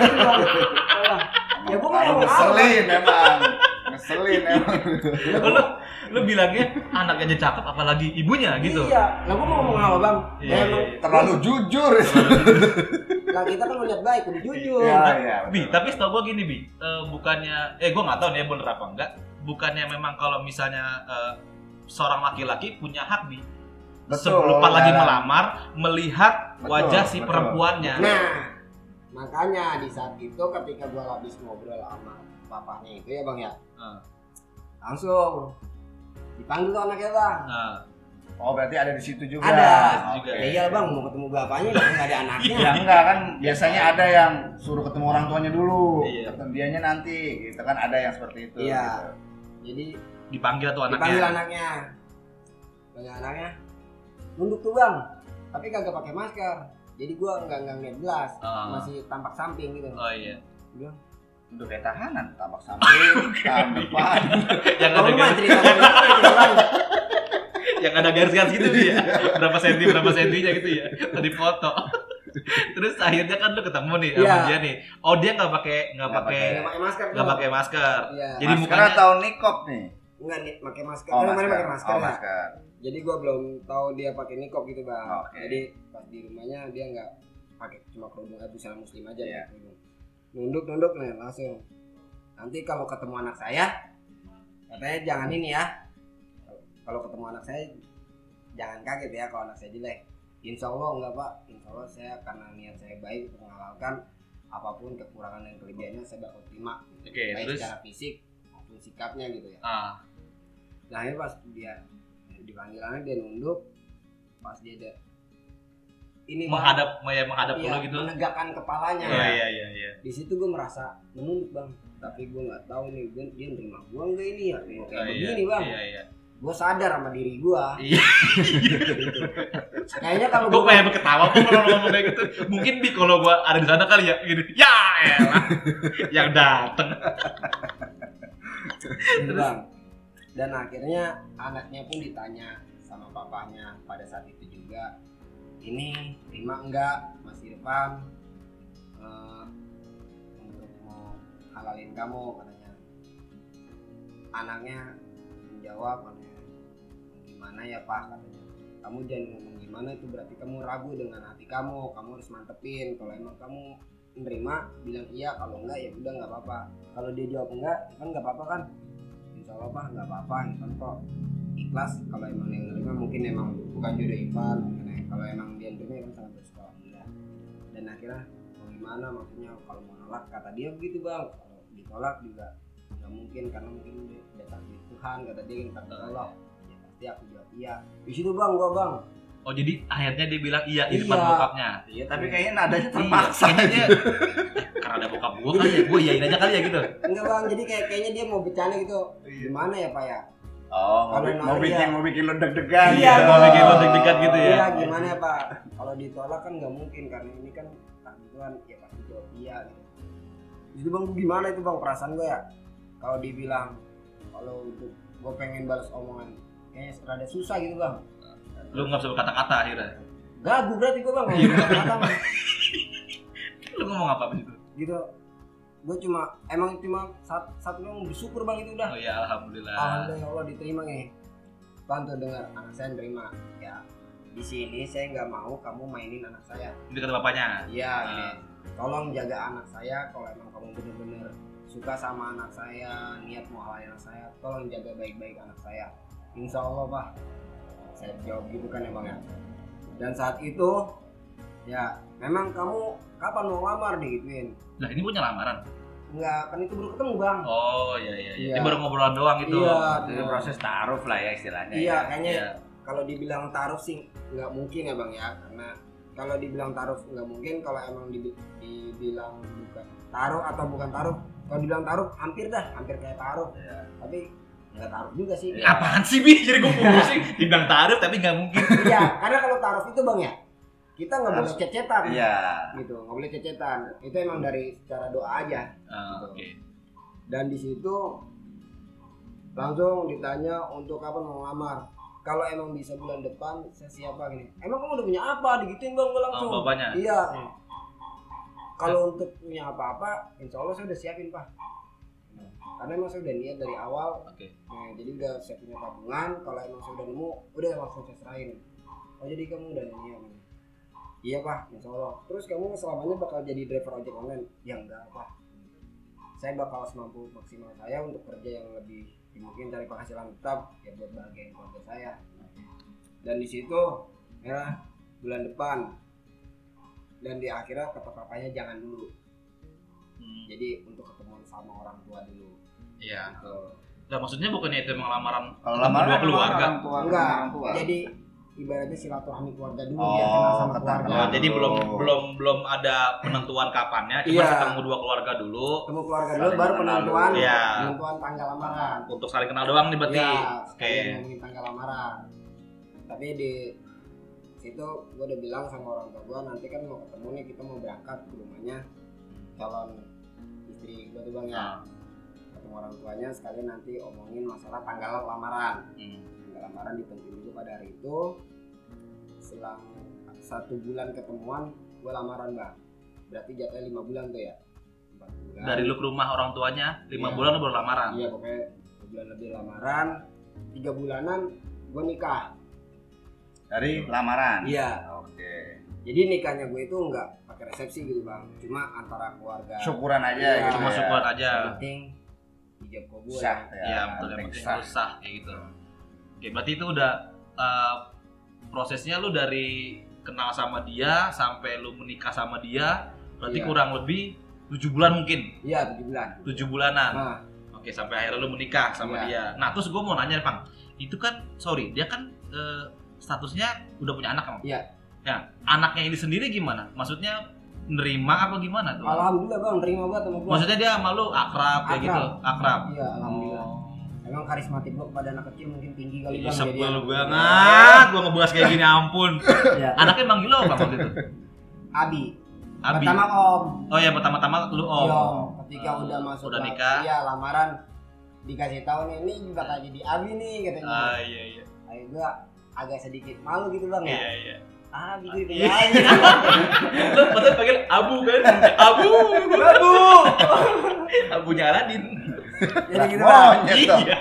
Ya gue mau ngomong apa? ngeselin memang, ngeselin emang. Oh, lu, lu bilangnya anaknya aja cakep apalagi ibunya gitu. Iya, lah gue mau ngomong apa bang? Iya, Ya, emang iya. Terlalu jujur. lah kita kan melihat baik, udah jujur. Iya, iya. Bi, betul. tapi setahu gue gini Bi, eh, bukannya, eh gue nggak tahu nih ya bener apa enggak, bukannya memang kalau misalnya eh, seorang laki-laki punya hak Bi, Betul, sebelum pas lagi dalam- melamar melihat Betul, wajah si betul. perempuannya. Nah, makanya di saat itu ketika gue habis ngobrol sama papahnya itu ya bang ya, Nah, langsung dipanggil tuh anaknya bang. nah, Oh, berarti ada di situ juga. Ada. Juga. Oke. Ya iya bang, mau ketemu bapaknya nggak nggak ada anaknya. Ya enggak kan biasanya ada yang suruh ketemu orang tuanya dulu. Iya. Ketemu dianya nanti. Gitu kan ada yang seperti itu. Iya. gitu. Jadi dipanggil tuh anaknya. dipanggil anaknya, panggil anaknya, nunduk tuh bang, tapi kagak pakai masker. Jadi gue nggak nggak ngeliat jelas, Ah. masih tampak samping gitu. Oh iya. Dia bilang, Untuk kayak tahanan, tampak samping, tahun depan. Yang ada "Kamu mah garis, cerita kamu gitu, bang." yang ada garis-garis gitu ya. Berapa senti berapa sentinya gitu ya. Tadi foto. Terus akhirnya kan lu ketemu nih sama Iya. dia nih. Oh dia nggak pakai nggak Nggak pakai Nggak pakai masker. nggak tuh. pakai masker. Iya. Jadi Masker mukanya atau nikop nih? Enggak nih, pakai masker. Oh, Kan kemarin masker. pakai masker Oh, ya. masker. Jadi gue belum tahu dia pakai nikop gitu bang. Oke. Jadi pas di rumahnya dia nggak pakai cuma kerudung eh, busana muslim aja. Iya. pakai kerudung. Nunduk nunduk nih langsung. Nanti kalau ketemu anak saya, katanya jangan ini ya. Kalau ketemu anak saya jangan kaget ya kalau anak saya jelek. Insya Allah enggak pak. Insya Allah saya karena niat saya baik untuk menghalalkan apapun kekurangan dan kelebihannya saya bakal terima. Oke, Baik terus secara fisik maupun sikapnya gitu ya. ah Nah akhirnya pas dia dipanggil anak dia nunduk, pas dia ada ini Bang, menghadap ya menghadap iya, lu gitu. menegakkan kepalanya. Oh iya iya iya. Di situ gue merasa menunduk bang, tapi gue nggak tahu nih gue, dia nerima gue nggak ini ya kayak Oh, iya, begini bang. Iya iya. Gue sadar sama diri gue. Iya. Kayaknya kalau Gue gue pengen ketawa kok kalau lu ngomong kayak gitu. Mungkin Bi kalau gua ada di sana kali ya gitu. Ya elah. Yang dateng. gitu, bang. Dan akhirnya anaknya pun ditanya sama papahnya pada saat itu juga, ini terima enggak Mas Irfan eh, untuk mau halalin kamu katanya. Anaknya menjawab katanya, gimana ya Pak katanya, kamu jangan ngomong gimana itu berarti kamu ragu dengan hati kamu, kamu harus mantepin. Kalau emang kamu menerima bilang iya, kalau enggak ya udah nggak apa-apa. Kalau dia jawab enggak kan nggak apa-apa kan, insya Allah Pak nggak apa-apa Ivan kok ikhlas. Kalau emang yang menerima mungkin emang bukan jodoh Ivan, kalau emang dia menerima kan sangat bersyukur ya. Dan akhirnya mau gimana maksudnya kalau mau nolak, kata dia begitu bang, kalau ditolak juga nggak mungkin karena mungkin dia udah takdir Tuhan, kata dia kan takdir Allah ya, pasti aku jawab iya. Di situ bang gua bang. Oh jadi akhirnya dia bilang iya di Iya. depan bokapnya. Iya, tapi kayaknya nadanya Iya, terpaksa. kayaknya dia karena ada bokap gua kali ya, gua iyain aja kali ya gitu. Enggak bang, jadi kayak kayaknya dia mau bercanda gitu. Gimana ya Pak ya? Oh, mau, Kalau bi- mau nolak, bikin iya. mau bikin lo deg-degan. Iya, gitu. mau bikin lo deg-degan gitu ya. Iya gimana ya Pak? Kalau ditolak kan nggak mungkin karena ini kan takdir Tuhan, ya pasti jawab iya gitu. Itu bang gimana itu bang perasaan gue ya? Kalau dibilang kalau untuk gue pengen balas omongan kayaknya rada susah gitu bang. Lu nggak bisa berkata-kata akhirnya. Gagu berarti gue bang. Iya. Nggak kata bang. Lu ngomong apa begitu? Gitu. Gue cuma emang cuma satu satu yang bersyukur bang itu udah. Oh ya alhamdulillah. Alhamdulillah ya Allah diterima nih. Bantu dengar anak saya nerima. Ya di sini saya nggak mau kamu mainin anak saya. Ini kata bapaknya. Iya, Ah. gini. Tolong jaga anak saya. Kalau emang kamu bener-bener suka sama anak saya, niat mau halalin anak saya, tolong jaga baik-baik anak saya. Insya Allah Pak. Saya jawab gitu kan ya Bang ya. Dan saat itu Ya, memang kamu kapan mau ngelamar digituin? Nah ini punya lamaran. Enggak, kan itu baru ketemu bang. Oh iya iya. Iya. Ini baru ngobrolan doang gitu. Iya, Itu proses taruh lah ya istilahnya. Iya, ya. kayaknya Iya. kalau dibilang taruh sih nggak mungkin ya bang ya, karena kalau dibilang taruh nggak mungkin, kalau emang dibi- dibilang bukan taruh atau bukan taruh, kalau dibilang taruh hampir dah, hampir kayak taruh, Iya. tapi nggak taruh juga sih. Iya. Apaan sih Bi? Jadi gue pusing. Dibilang taruh tapi nggak mungkin. Iya, karena kalau taruh itu bang ya, kita nggak boleh Harus- cecetan, Iya. gitu, nggak boleh cecetan. Itu emang dari secara doa aja. Ah, Oke. Dan di situ langsung ditanya untuk kapan mau ngelamar. Kalau emang bisa bulan depan, saya siapa gini. Emang kamu udah punya apa? Digituin bang, gue langsung. Oh, bapaknya? Iya. Kalau untuk punya apa-apa, insya Allah saya udah siapin pak. Karena emang saya udah niat dari awal. Oke. Nah, jadi udah saya punya tabungan. Kalau emang saya udah nemu, udah langsung saya serahin. Oh jadi kamu udah niat? Iya pak, insya Allah. Terus kamu selamanya bakal jadi driver ojek online? Ya enggak pak. Saya bakal semampu maksimal saya untuk kerja yang lebih, mungkin cari penghasilan tetap ya buat bahagiain keluarga saya. Dan di situ ya bulan depan, dan di akhirnya kata papanya jangan dulu. Hmm. Jadi untuk ketemu sama orang tua dulu. Iya. Gitu. Nah maksudnya bukannya itu emang lamaran Kalau ketemu lamaran dua keluarga? orang tua, Enggak. orang tua. Jadi ibaratnya silaturahmi keluarga dulu Oh, biar kenal sama kata- keluarga. Oh, jadi belum Oh. belum belum ada penentuan kapannya, cuma Iya. ketemu dua keluarga dulu Ketemu keluarga dulu Saling baru mengenal penentuan, dulu. Iya. penentuan tanggal lamaran. untuk saling kenal doang nih berarti. Iya, Oke. sekalian ngomongin tanggal lamaran. Tapi di situ gue udah bilang sama orang tua gue, nanti kan mau ketemu nih, kita mau berangkat ke rumahnya calon istri gue tuh bang ya. Nah. Ketemu orang tuanya sekalian nanti omongin masalah tanggal lamaran. Hmm. Tanggal lamaran ditentuin dulu pada hari itu. Selang satu bulan ketemuan gue lamaran bang. Berarti jatuhnya lima bulan tuh ya. Empat bulan. Dari lu ke rumah orang tuanya lima Iya. bulan lu baru lamaran. Iya pokoknya dua bulan lebih lamaran. Tiga bulanan gue nikah. Dari lamaran. Iya. Oke. Jadi nikahnya gue itu nggak pakai resepsi gitu bang, cuma antara keluarga. Syukuran aja Iya. gitu. Cuma ya. syukuran aja. Yang penting ijab kabul. Sah. ya. Iya betul, yang penting penting sah. lu sah kayak gitu. Oke, berarti itu udah uh, prosesnya lu dari kenal sama dia sampai lu menikah sama dia, berarti Iya. kurang lebih tujuh bulan mungkin. Iya tujuh bulan. tujuh bulanan. Nah, Oke, sampai akhirnya lu menikah sama Iya. dia. Nah, terus gue mau nanya, Bang. Itu kan sorry, dia kan eh, statusnya udah punya anak kan? Iya. Ya, anaknya ini sendiri gimana? Maksudnya nerima apa gimana tuh? alhamdulillah bang, terima banget sama gue. Maksudnya dia sama lu akrab kayak Akrab. gitu? Akrab. Iya alhamdulillah. Oh. Emang karismatik gue pada anak kecil mungkin tinggi kali bang. Isep jadi gue lu anak- banget, gue ngebahas kayak gini ampun. Iya. Anaknya manggil lo apa waktu itu? Abi. Abi. Pertama om. Oh ya, pertama-tama lu om. Iya, ketika Oh, udah masuk udah lam- nikah. Iya lamaran, dikasih tahu nih, ini bakal jadi Abi nih katanya. Ah iya iya. Ayo gue agak sedikit malu gitu bang ya. Iya iya. Ah, gitu Iya. aja. Lu padahal panggil Abu kan? Abu. Abu. Abunya Aladin. Jadi gitu Nah, bang. monyet dong. Iya.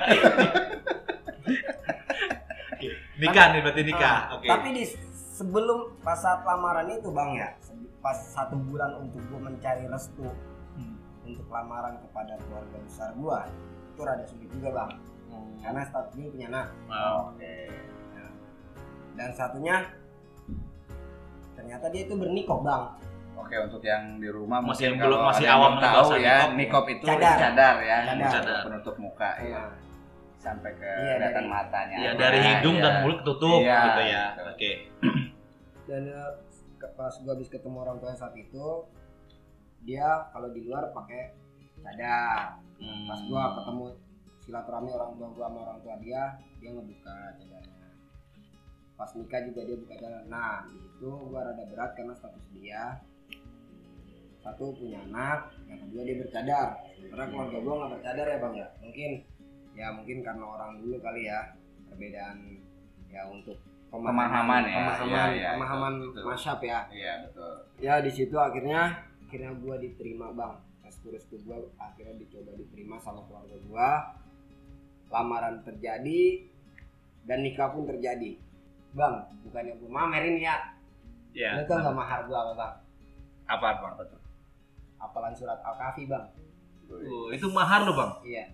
Oke. Nikah nih berarti nikah. Ah, Oke. Tapi di sebelum pas saat lamaran itu bang ya, pas satu bulan untuk gue mencari restu Hmm. untuk lamaran kepada keluarga besar gue, itu rada sulit juga bang. Karena statusnya punya anak. Wow. Oke. Nah, dan satunya ternyata dia itu bernikah bang. Oke, untuk yang di rumah Masih mungkin belum- kalau masih ada yang awam belum dengan tahu bahasa ya, nikop. nikop itu Cadar. cadar ya, Cadar. Cadar. penutup muka ya. Nah, Sampai ke Iya, kelihatan dari- matanya. Iya, dari hidung Iya. dan mulut ketutup Iya, gitu ya. betul. Oke. dan eh, ke- pas gue habis ketemu orang tua saat itu, dia kalau di luar pakai cadar. Hmm. Pas gue ketemu silaturahmi orang tua gue sama orang tua dia, dia ngebuka cadarnya. Pas nikah juga dia buka cadar. Nah di situ gue rada berat karena status dia satu punya anak, yang kedua dia bercadar. Sementara keluarga gue nggak bercadar ya bang ya. Mungkin ya mungkin karena orang dulu kali ya, perbedaan ya untuk Pemahaman ya, pemahaman, iya, iya, pemahaman betul, betul. masyarakat ya. Iya, betul. Ya di situ akhirnya akhirnya gue diterima bang. Restu-restu gue akhirnya dicoba diterima sama keluarga gue. Lamaran terjadi dan nikah pun terjadi. Bang, bukannya gue mamerin ya. Iya. Lu tau gak mahar gue apa bang? Apa apa? Hafalan surat Al-Kahfi bang. Oh, itu mahar lo, Bang. Iya.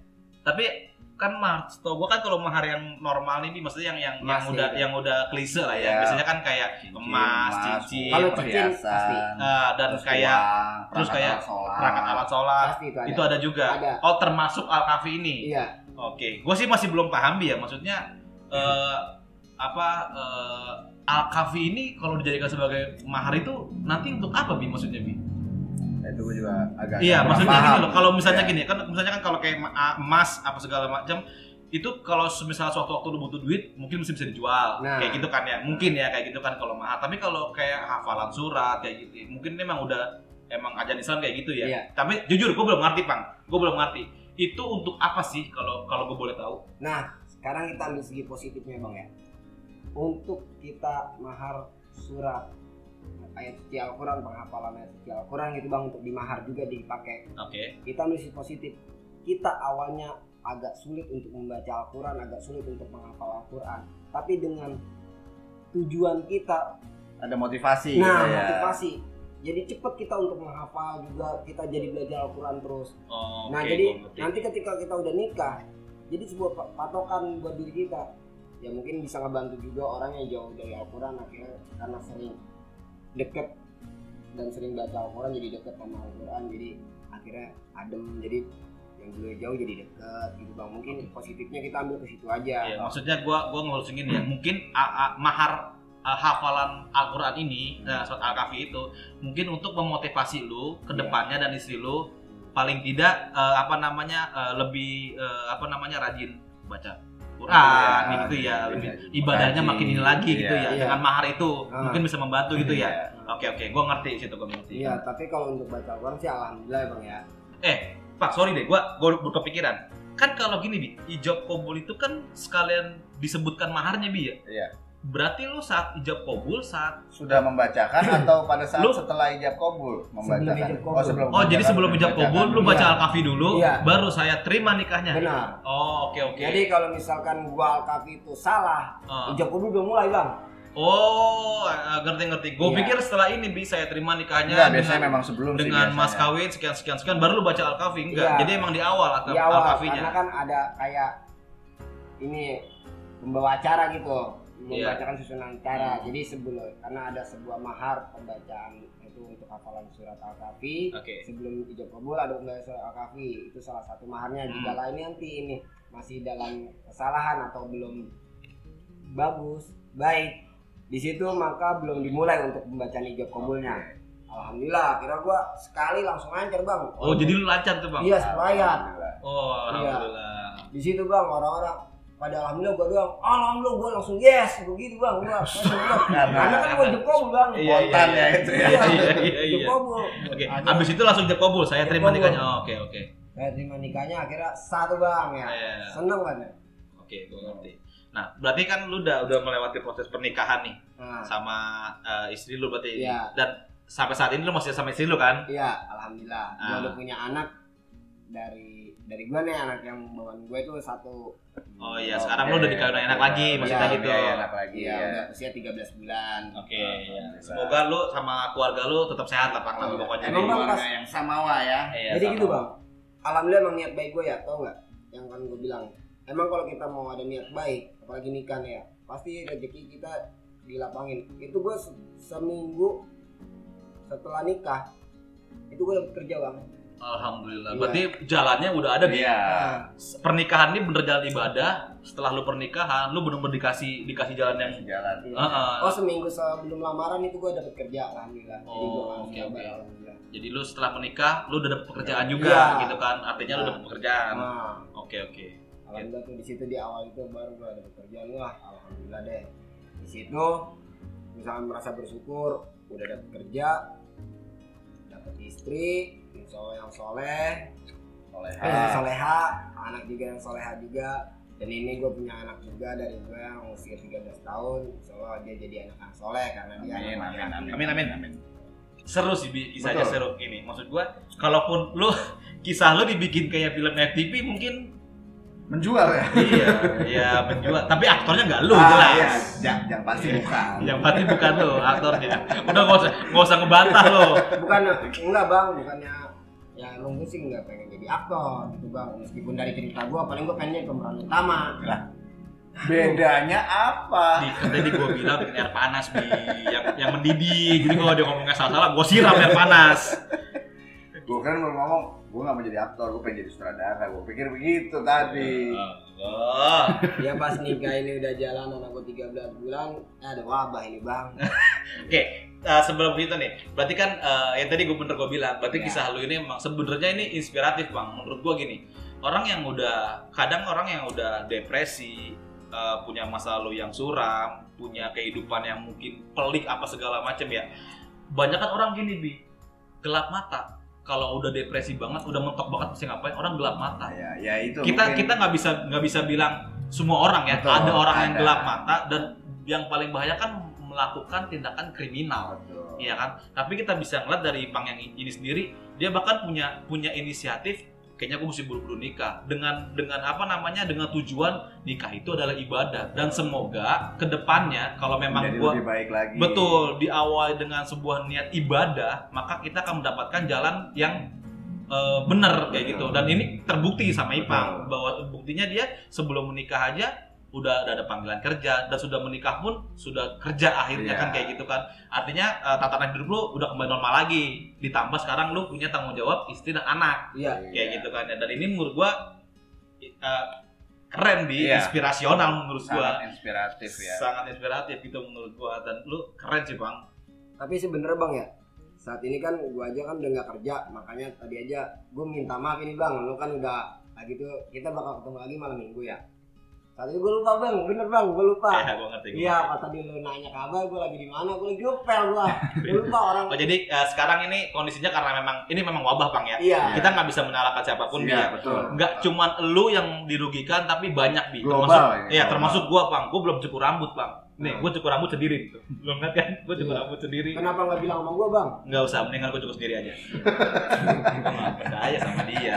Tapi kan mahar, setahu gua kan kalau mahar yang normal nih, maksudnya yang yang Emas yang udah gitu. yang udah klise lah ya. Iya. Biasanya kan kayak Cincin, emas, cincin, Kalau cincin pasti. eh, dan terus kayak uang, terus perangkat kayak alat sholat. perangkat alat sholat. Pasti itu ada. Itu ada juga. Ada. Oh, termasuk Al-Kafi ini. Iya. Oke, gua sih masih belum paham Bi ya. Maksudnya eh, apa eh, Al-Kafi ini kalau dijadikan sebagai mahar itu nanti untuk apa Bi maksudnya Bi? Nah, itu gue juga agak Iya, kurang maksudnya paham. gini loh. Kalau misalnya Iya. gini, kan misalnya kan kalau kayak ma- emas apa segala macam itu kalau misalnya suatu waktu lu butuh duit mungkin mesti bisa dijual Nah. kayak gitu kan ya, mungkin ya kayak gitu kan kalau mahar. Tapi kalau kayak hafalan surat kayak gitu mungkin memang udah emang ajaran Islam kayak gitu ya. Iya. Tapi jujur gue belum ngerti Pang, gue belum ngerti itu untuk apa sih kalau kalau gue boleh tahu. Nah, sekarang kita ambil segi positifnya Bang ya. Untuk kita mahar surat ayat suci Al-Quran, penghafalan ayat suci Al-Quran gitu Bang, untuk dimahar juga dipakai. Oke. Kita ambil sisi positif. Kita awalnya agak sulit untuk membaca Al-Quran, agak sulit untuk menghafal Al-Quran. Tapi dengan tujuan kita, Ada motivasi nah gitu ya. motivasi, jadi cepat kita untuk menghafal juga, kita jadi belajar Al-Quran terus. Oh, Nah oke, jadi gua ngerti. nanti ketika kita udah nikah, jadi sebuah pa- patokan buat diri kita. Ya mungkin bisa ngebantu juga orang yang jauh dari Al-Quran akhirnya karena sering deket dan sering baca Al-Quran jadi deket sama Al-Quran, jadi akhirnya adem, jadi yang dulu jauh jadi deket gitu Bang. Mungkin positifnya kita ambil ke situ aja. Iya, maksudnya gua gua ngurusin gini ya. Mungkin a- a- mahar a, hafalan Al-Qur'an ini, nah, surat Al-Kahfi itu mungkin untuk memotivasi lu ke depannya dan istri lu paling tidak eh, apa namanya eh, lebih eh, apa namanya rajin baca Quran Iya, gitu ya, iya, lebih iya. ibadahnya Rajin, makin ini lagi gitu iya. ya. Iya. Dengan mahar itu Ah. mungkin bisa membantu gitu ya. Iya. Oke oke, gua ngerti situ gua ngerti. Iya, tapi kalau untuk baca Al-Quran sih alhamdulillah ya Bang ya. Eh, Pak, sorry deh, gua gua berkepikiran. Kan kalau gini, Bi, ijab kabul itu kan sekalian disebutkan maharnya, Bi ya. Iya. Berarti lu saat ijab kabul saat Sudah membacakan atau pada saat Lu- setelah ijab kabul membacakan? ijab kabul. Oh, sebelum Oh, jadi membacakan, sebelum ijab membacakan. kabul lu baca Iya. Al-Kahfi dulu, Iya. baru saya terima nikahnya. Benar. Oh, oke oke. Jadi kalau misalkan gua Al-Kahfi itu salah, Ah. ijab kabul udah mulai Bang. Oh, eh, ngerti-ngerti. Gue Iya. pikir setelah ini Bi saya terima nikahnya Enggak, biasanya dengan, memang sebelum sih dengan biasanya. mas kawin sekian sekian sekian baru lu baca Al-Kahfi enggak. Iya. Jadi emang di awal atau Di awal Al-Kahfinya. karena kan ada kayak ini pembawa acara gitu, Iya. membacakan susunan acara. Jadi sebelum karena ada sebuah mahar pembacaan itu untuk hafalan surat Al-Kahfi. Oke. Sebelum ijab kabul ada pembacaan surat Al-Kahfi. Itu salah satu maharnya. Hmm. Jika lain nanti ini masih dalam kesalahan atau belum bagus, baik di situ maka belum dimulai untuk pembacaan ijab kabulnya. Alhamdulillah, kira gua sekali langsung lancar Bang. Oh, jadi lu lancar tuh, Bang. Iya, selayat. Alhamdullah. Oh, Iya. alhamdulillah. Di situ Bang orang-orang pada alhamdulillah gua doang. Alhamdulillah gua langsung yes, begitu Bang. Gua karena kan gua ijab kabul Bang. Iya, Spontan iya, ya iya. itu ya. Iya, iya, iya, Ijab iya. kabul. Oke, Akhirnya abis itu langsung ijab kabul, saya Ijab terima kabul. nikahnya. Oh, oke, oke. saya terima nikahnya akhirnya satu Bang ya. Iya. Seneng kan ya. Oke, gue ngerti. Nah, berarti kan lu udah udah melewati proses pernikahan nih Nah, sama eh, istri lu berarti ini. Iya. Dan sampai saat ini lu masih sama istri lu kan? iya, alhamdulillah. Gua Ah. udah punya anak dari dari gua nih, anak yang bawaan gua itu satu. Oh iya, sekarang lu udah dikawin anak lagi, maksudnya Iya, gitu. Iya, anak lagi Iya, ya. udah usia tiga belas bulan. Oke, Oh, ya. alhamdullah. Semoga lu sama keluarga lu tetap sehat lah, Pak, Iya. pokoknya. Emang, nih. Bang, Keluarga pas- yang samawa ya. Iya, Jadi sama. gitu Bang. Alhamdulillah emang niat baik gua ya, tau nggak? Yang kan gua bilang. Emang kalau kita mau ada niat baik, apalagi nikah nih ya, pasti rezeki kita dilapangin. Itu gua se- seminggu setelah nikah itu gua dapet kerja Bang. Alhamdulillah. Iya. Berarti jalannya udah ada nih. Iya. Nah, Pernikahan ini bener jalan ibadah. Setelah lu pernikahan, lu bener-bener dikasih dikasih jalan yang Jalan. iya. Heeh. Oh seminggu sebelum lamaran itu gua dapet kerja alhamdulillah. Jadi Oh, gua langsung oke, kabar, oke. alhamdulillah. Jadi lu setelah menikah, lu udah dapet pekerjaan juga Iya. gitu kan. Artinya lu Nah. dapet pekerjaan. Nah, Oke, oke. alhamdulillah tuh di situ di awal itu baru gua dapet kerjaan, wah alhamdulillah deh. Di situ misalnya merasa bersyukur udah dapet kerja, dapet istri, insya Allah yang soleh, Soleha. eh, soleha, anak juga yang soleha juga. Dan ini gue punya anak juga dari gue yang usia tiga belas tahun, insya Allah dia jadi anak yang soleh karena dia Amin, anak amin, laki-laki. Amin, amin. amin. Seru sih, Bi. Kisahnya Betul. seru ini. Maksud gua, kalaupun lu kisah lu dibikin kayak film F T V mungkin Menjual ya. iya, iya menjual. Tapi aktornya nggak lu Ah, jelas. iya. Yang, yang pasti bukan. Yang pasti bukan lu aktornya. Udah nggak usah nggak usah ngebantah lo. Bukan, enggak bang, bukannya ya emang gue sih nggak pengen jadi aktor gitu bang, meskipun dari cerita gue paling gue pengen jadi pemeran utama. Lah, bedanya apa? Di, kan tadi gue bilang bikin air panas bi, yang yang mendidih. Jadi kalau dia ngomongnya salah-salah, gue siram air panas. Gue kan mau ngomong, gue nggak mau jadi aktor, gue pengen jadi sutradara. Gue pikir begitu tadi. Oh. Ya pas nikah ini udah jalan anak gue tiga belas bulan, ada wabah ini bang. Oke, uh, sebelum itu nih, berarti kan uh, yang tadi gue bener gue bilang, berarti Ya. kisah lu ini emang sebenarnya ini inspiratif bang. Menurut gue gini, orang yang udah, kadang orang yang udah depresi, uh, punya masa lalu yang suram, punya kehidupan yang mungkin pelik apa segala macam ya. Banyak kan orang gini bi, gelap mata. Kalau udah depresi banget, udah mentok banget mesti ngapain? Orang gelap mata. Ya, ya itu. Kita mungkin. kita nggak bisa nggak bisa bilang semua orang ya. Betul, ada orang yang ada. gelap mata dan yang paling bahaya kan melakukan tindakan kriminal. Betul. Iya kan? Tapi kita bisa ngeliat dari Pang yang ini sendiri, dia bahkan punya punya inisiatif. Kayaknya aku mesti buru-buru nikah dengan dengan apa namanya dengan tujuan nikah itu adalah ibadah dan semoga kedepannya kalau memang Menjadi gua lebih baik lagi. betul diawali dengan sebuah niat ibadah maka kita akan mendapatkan jalan yang uh, benar kayak gitu dan ini terbukti sama Ipang bahwa buktinya dia sebelum menikah aja udah, udah ada panggilan kerja dan sudah menikah pun sudah kerja akhirnya Iya. kan kayak gitu kan artinya uh, tatanan hidup lu udah kembali normal lagi ditambah sekarang lu punya tanggung jawab istri dan anak Iya. kayak gitu kan ya dan ini menurut gua uh, keren di Iya. inspirasional menurut gua Sangat inspiratif ya. sangat inspiratif gitu menurut gua dan lu keren sih bang. Tapi sebenernya bang ya, saat ini kan gue aja kan udah nggak kerja, makanya tadi aja gue minta maaf ini bang, lu kan udah lagi tuh kita bakal ketemu lagi malam minggu ya. Saat itu gue lupa bang, bener bang, gue lupa. Ya, gua ngerti. Gua Iya, ngerti. pas tadi lu nanya kabar, gue lagi di mana, gue lagi ngepel gue, gue lupa orang. Oh, jadi uh, sekarang ini kondisinya karena memang ini memang wabah bang ya. Iya. Kita nggak bisa menyalahkan siapapun Iya, ya. betul. Nggak cuman elu yang dirugikan tapi banyak bi. Global Termasuk, ini, iya global. termasuk gua bang. Gua belum cukur rambut bang. Nih, Hmm. gua cukur rambut sendiri gitu. Belum lihat kan? Gua cukur Iya. rambut sendiri. Kenapa nggak bilang sama gue bang? Nggak usah, mendingan gua cukur sendiri aja. Gua nggak percaya sama dia.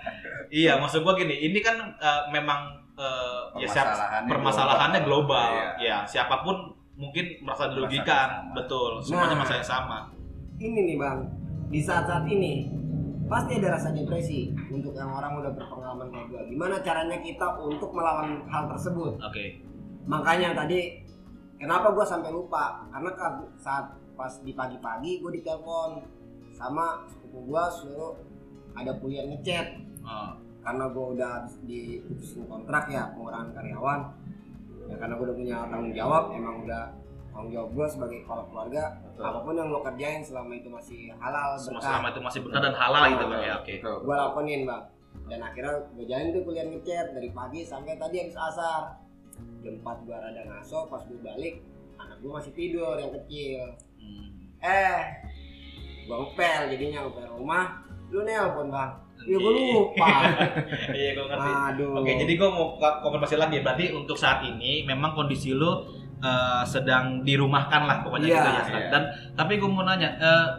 Iya, maksud gua gini. Ini kan uh, memang uh, ya siap, Permasalahannya permasalahannya global. Iya. Ya, siapapun mungkin merasa dirugikan. Merasa Betul. Semuanya Nah. masa yang sama. Ini nih bang, di saat-saat ini pasti ada rasa depresi untuk yang orang udah berpengalaman kayak gue. Gimana caranya kita untuk melawan hal tersebut? Oke. Makanya tadi kenapa gue sampai lupa? Karena kan saat pas di pagi-pagi gue ditelepon sama sepupu gue suruh ada kuliah ngechat Oh. karena gue udah diputusin kontrak ya pengurangan karyawan. Ya karena gue udah punya tanggung jawab, emang udah tanggung jawab gue sebagai kepala keluarga. Betul. Apapun yang lo kerjain selama itu masih halal Semua berkah, selama itu masih benar dan halal gitu bang ya. Oke. Betul. gue lakonin bang. Dan akhirnya gue jalanin tuh kuliah ngechat dari pagi sampai tadi habis asar. Jam empat gue rada ngaso, pas gue balik anak gue masih tidur yang kecil. Hmm. Eh, gue ngepel jadinya ngepel rumah. Lu nelpon bang. Ya gue lupa. Iya gue ngerti. Aduh. Oke, jadi gue mau k- konfirmasi lagi. Berarti untuk saat ini memang kondisi lu uh, sedang dirumahkan lah pokoknya Iya, gitu ya. iya. Dan tapi gue mau nanya, uh,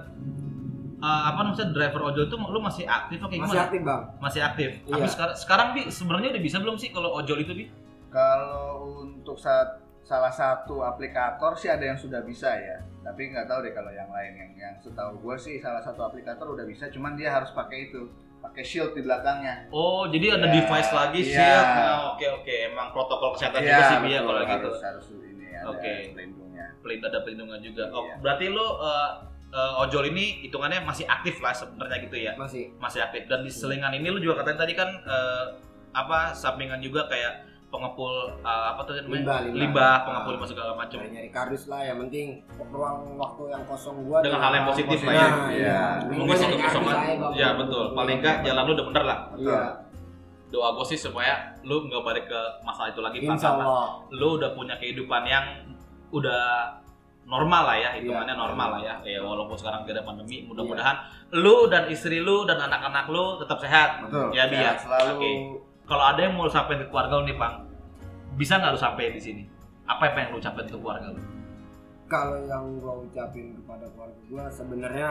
uh, apa namanya driver ojol itu lu masih aktif atau kayak Masih gimana? aktif bang. Masih aktif. Iya. Tapi sekarang sekarang bi sebenarnya udah bisa belum sih kalau ojol itu bi? Kalau untuk saat salah satu aplikator sih ada yang sudah bisa ya, tapi nggak tahu deh kalau yang lain. Yang yang setahu gue sih salah satu aplikator udah bisa, cuman dia harus pakai itu, pakai shield di belakangnya. Oh, jadi ada Iya, device lagi iya. shield. Nah, oke oke, emang protokol kesehatan Iya, juga sih bi ya betul, kalau gitu. harus harus ini ada Oke. pelindungnya. Pelin ada pelindungan juga. Oh, Iya. berarti lu uh, uh, ojol ini hitungannya masih aktif lah sebenarnya gitu ya. Masih. Masih aktif dan di selingan ini lu juga katanya tadi kan eh, apa sampingan juga kayak pengepul eh, apa tuh namanya Limbah, limbah. pengepul limbah segala macam Cari nyari kardus lah, yang penting ruang waktu yang kosong gua dengan hal yang positif lah ya. Nah, Iya. iya. mengisi Gua nyari kekosongan kardus aja, Bang. ya betul paling enggak jalan lu udah bener lah Iya. doa gue sih supaya lu nggak balik ke masalah itu lagi Pak, Insya karena Allah. lu udah punya kehidupan yang udah normal lah ya hitungannya Iya. normal lah ya ya walaupun sekarang ada pandemi mudah-mudahan lu dan istri lu dan anak-anak lu tetap sehat Betul. ya biar Sehat selalu. Oke. Kalau ada yang mau lu sampein ke keluarga lu nih Bang, bisa nggak lu sampein di sini? Apa yang pengen lu ucapin ke keluarga lu? Kalau yang gua ucapin kepada keluarga gua sebenarnya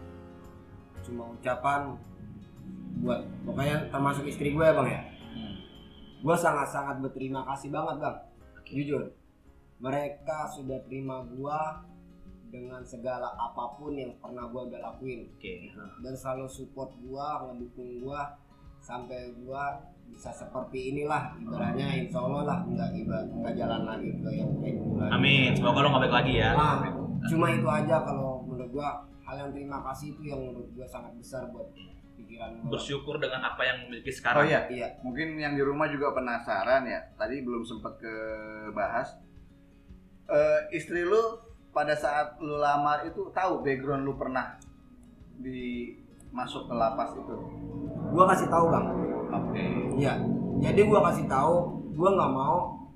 cuma ucapan buat pokoknya termasuk istri gue ya bang ya. Hmm. Gua sangat-sangat berterima kasih banget bang. Oke. Jujur, mereka sudah terima gua dengan segala apapun yang pernah gue udah lakuin. Oke. Dan selalu support gue, ngedukung gue sampai gue bisa seperti inilah ibaratnya, insya Allah lah nggak ibarat nggak jalan lagi ke yang kayak dulu lagi. Amin, semoga lo nggak balik lagi ya. Nah, cuma itu aja kalau menurut gue, hal yang terima kasih itu yang menurut gue sangat besar buat pikiran gue. Bersyukur dengan apa yang memiliki sekarang. Oh iya, Iya. mungkin yang di rumah juga penasaran ya. Tadi belum sempat ke bahas. Eh, istri lu pada saat lu lamar itu tahu background lu pernah di masuk ke lapas itu? Gue kasih tahu bang. Oke. Iya. Jadi gue kasih tahu, gue nggak mau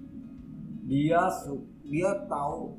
dia su- dia tahu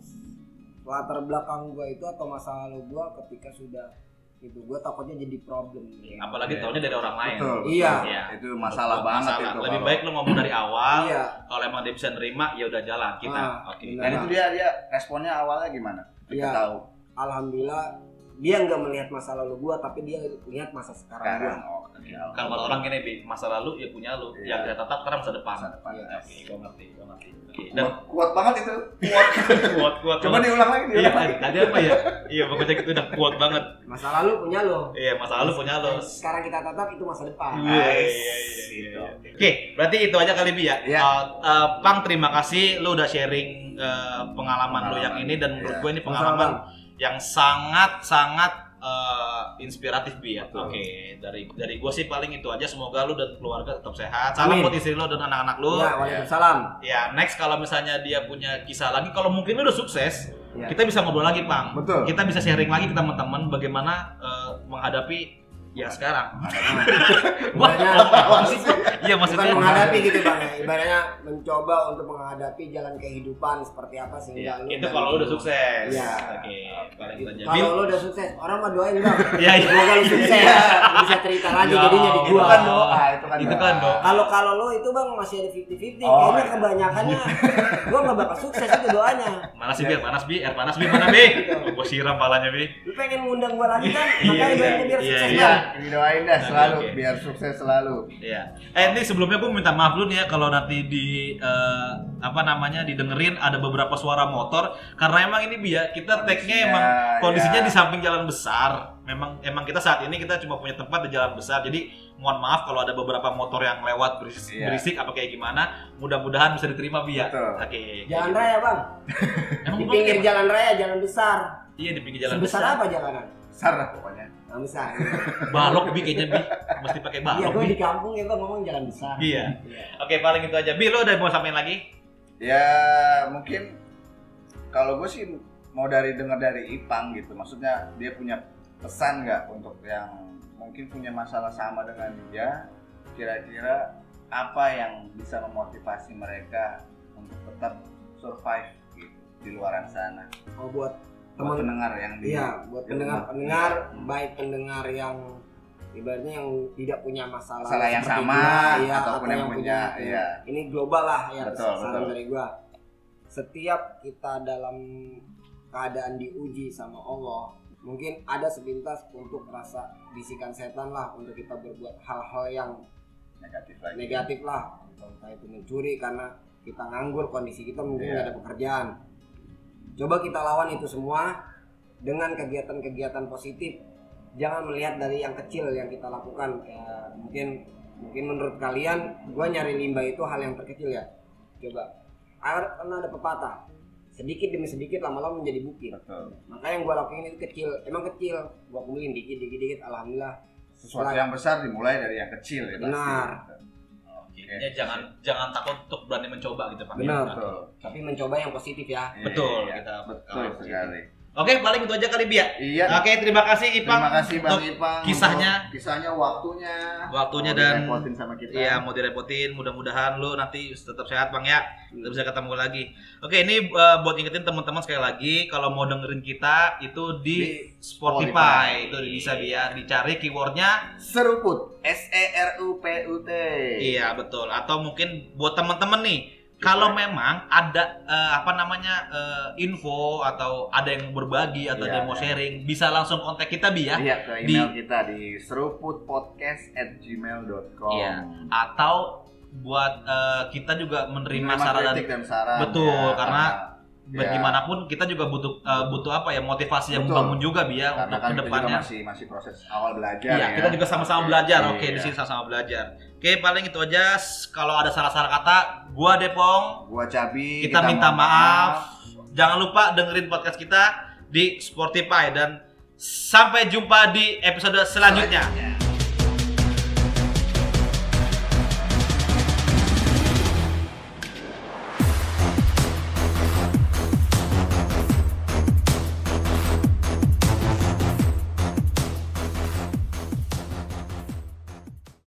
latar belakang gue itu atau masa lalu gue ketika sudah itu, gue takutnya jadi problem. Apalagi taunya dari orang lain. Betul, betul. Iya. Iya. Itu masalah banget Masalah. itu. Lebih kalau- baik lo ngomong dari awal. Iya. Kalau emang dia bisa nerima, ya udah jalan kita. Ah, Oke. benar. Dan itu dia dia responnya awalnya gimana? Kita Iya. tahu Alhamdulillah dia nggak melihat masa lalu gue, tapi dia lihat masa sekarang gue. sekarang. Oh, Kan kalau orang gini, Bi, masa lalu ya punya lu. Iya. Yang kita tetap sekarang masa depan. Masa depan. Iya. Oke, gua ngerti, gua ngerti. Oke. Dan Kuat, kuat banget itu. kuat, kuat, kuat. Coba banget. diulang lagi, Iya, diulang tadi, lagi. tadi apa ya? Iya, pokoknya itu udah kuat banget. Masa lalu punya lo. Iya, masa lalu punya lo. Sekarang kita tatap itu masa depan. Iya, iya, iya, iya. Oke, berarti itu aja kali Bi ya. Iya. Uh, uh, Pang, terima kasih lu udah sharing uh, pengalaman lu yang ini, dan menurut Iya. gue ini Sama-sama, pengalaman Bang. yang sangat-sangat uh, inspiratif Bi ya. Betul. Oke, dari dari gue sih paling itu aja. Semoga lu dan keluarga tetap sehat. Salam Amin. buat istri lu dan anak-anak lu. Ya, waalaikumsalam. Ya, next kalau misalnya dia punya kisah lagi, kalau mungkin lu udah sukses, Ya. kita bisa ngobrol lagi, Pang. Betul. Kita bisa sharing lagi ke teman-teman bagaimana uh, menghadapi ya sekarang. Wah, Ibaratnya- apa sih? Iya, Bukan maksudnya menghadapi gitu bang ya, ibaratnya mencoba untuk menghadapi jalan kehidupan seperti apa Iya, sehingga lu itu dari- kalau lu udah sukses. Iya. Oke, paling kita aja. Kalau lu udah sukses, orang mah doain bang. Iya, iya. Semoga lu sukses, bisa cerita lagi Ya, jadinya di itu gua. Itu kan doa, itu kan Itu doa. kan doa. Kalau kalau lu itu bang masih ada fifty fifty, Oh, kayaknya iya. kebanyakannya gua nggak bakal sukses itu doanya. Mana sih biar panas Bi? Air panas Bi mana Bi? Gua siram palanya Bi. Lu pengen ngundang gua lagi kan, Iya, makanya iya, doain biar iya, sukses iya. bang. Ini doain dah Oke, selalu oke. biar sukses selalu. Iya. Eh, ini sebelumnya gue minta maaf dulu nih ya kalau nanti di eh, apa namanya didengerin ada beberapa suara motor, karena emang ini Bi ya, kita tag-nya Kondisinya, emang kondisinya ya. di samping jalan besar. Memang emang kita saat ini kita cuma punya tempat di jalan besar. Jadi mohon maaf kalau ada beberapa motor yang lewat berisik, Iya. berisik apa kayak gimana. Mudah-mudahan bisa diterima Bi ya. Betul. Oke. Jalan raya bang, Emang di gua pinggir pakai- jalan raya, jalan besar. Iya, di pinggir jalan Sebesar besar. apa jalanan? Besar lah pokoknya. Yang besar. Balok Bi kayaknya Bi. Mesti pakai Iya, balok gue Bi. di kampung ya bang ngomong jalan besar. Iya. Iya. Oke, paling itu aja. Bi, lo udah mau samain lagi? Ya mungkin kalau gue sih mau dari dengar dari Ipang gitu. Maksudnya dia punya pesan nggak untuk yang mungkin punya masalah sama dengan dia, kira-kira apa yang bisa memotivasi mereka untuk tetap survive gitu di luaran sana. Oh buat Buat teman pendengar yang di iya, buat di pendengar-pendengar, rumah. baik pendengar yang ibaratnya yang tidak punya masalah, Masalah yang seperti sama, gua, ya, ataupun atau yang punya, iya. Ini global lah ya, Betul, saran betul. dari gua. Setiap kita dalam keadaan diuji sama Allah, mungkin ada sepintas untuk rasa bisikan setan lah untuk kita berbuat hal-hal yang negatif lagi. negatif lah, entah itu mencuri karena kita nganggur, kondisi kita mungkin Iya. nggak ada pekerjaan. Coba kita lawan itu semua dengan kegiatan-kegiatan positif. Jangan melihat dari yang kecil yang kita lakukan. Kayak mungkin mungkin menurut kalian, gua nyari limbah itu hal yang terkecil ya. Coba, karena ada pepatah, sedikit demi sedikit lama-lama menjadi bukit. Betul. Maka yang gua lakuin itu kecil, emang kecil. Gua kumpulin dikit-dikit-dikit, alhamdulillah. Sesuatu yang besar dimulai dari yang kecil ya pasti. Benar. Ya, jangan jangan takut untuk berani mencoba gitu Pak. Benar. Betul. Tapi mencoba yang positif ya. Betul, Iya, kita betul berkawan sekali. Oke, paling itu aja kali Bi ya. Iya. Oke, terima kasih Ipang. Terima kasih Bang untuk Ipang kisahnya. untuk kisahnya, waktunya. Waktunya Mau dan direpotin sama kita. Iya, mau direpotin. Mudah-mudahan lu nanti tetap sehat Bang ya. Kita bisa ketemu lagi. Oke, ini uh, buat ingetin teman-teman sekali lagi, kalau mau dengerin kita itu di, Di Spotify. Spotify. Itu bisa ya, dicari keywordnya. Seruput, S E R U P U T. Iya betul. Atau mungkin buat teman-teman nih, kalau memang ada eh, apa namanya eh, info atau ada yang berbagi atau Iya, ada yang mau iya. sharing, bisa langsung kontak kita Bi ya. Iya, ke email kita di seruputpodcast at gmail dot com. Iya. Atau buat eh, kita juga menerima Menerima saran dan kritik dan saran. betul, ya, karena bagaimanapun kita juga butuh uh, butuh apa ya motivasi yang Betul. membangun juga Bia Karena untuk kan kita juga kedepannya. masih masih proses awal belajar Iya, ya. kita juga sama-sama belajar. Oke, Iya. di sini sama-sama belajar. Oke, paling itu aja. Kalau ada salah-salah kata, gua Depong, Gua Cabi, kita, minta mohon maaf. Jangan lupa dengerin podcast kita di Spotify dan sampai jumpa di episode selanjutnya.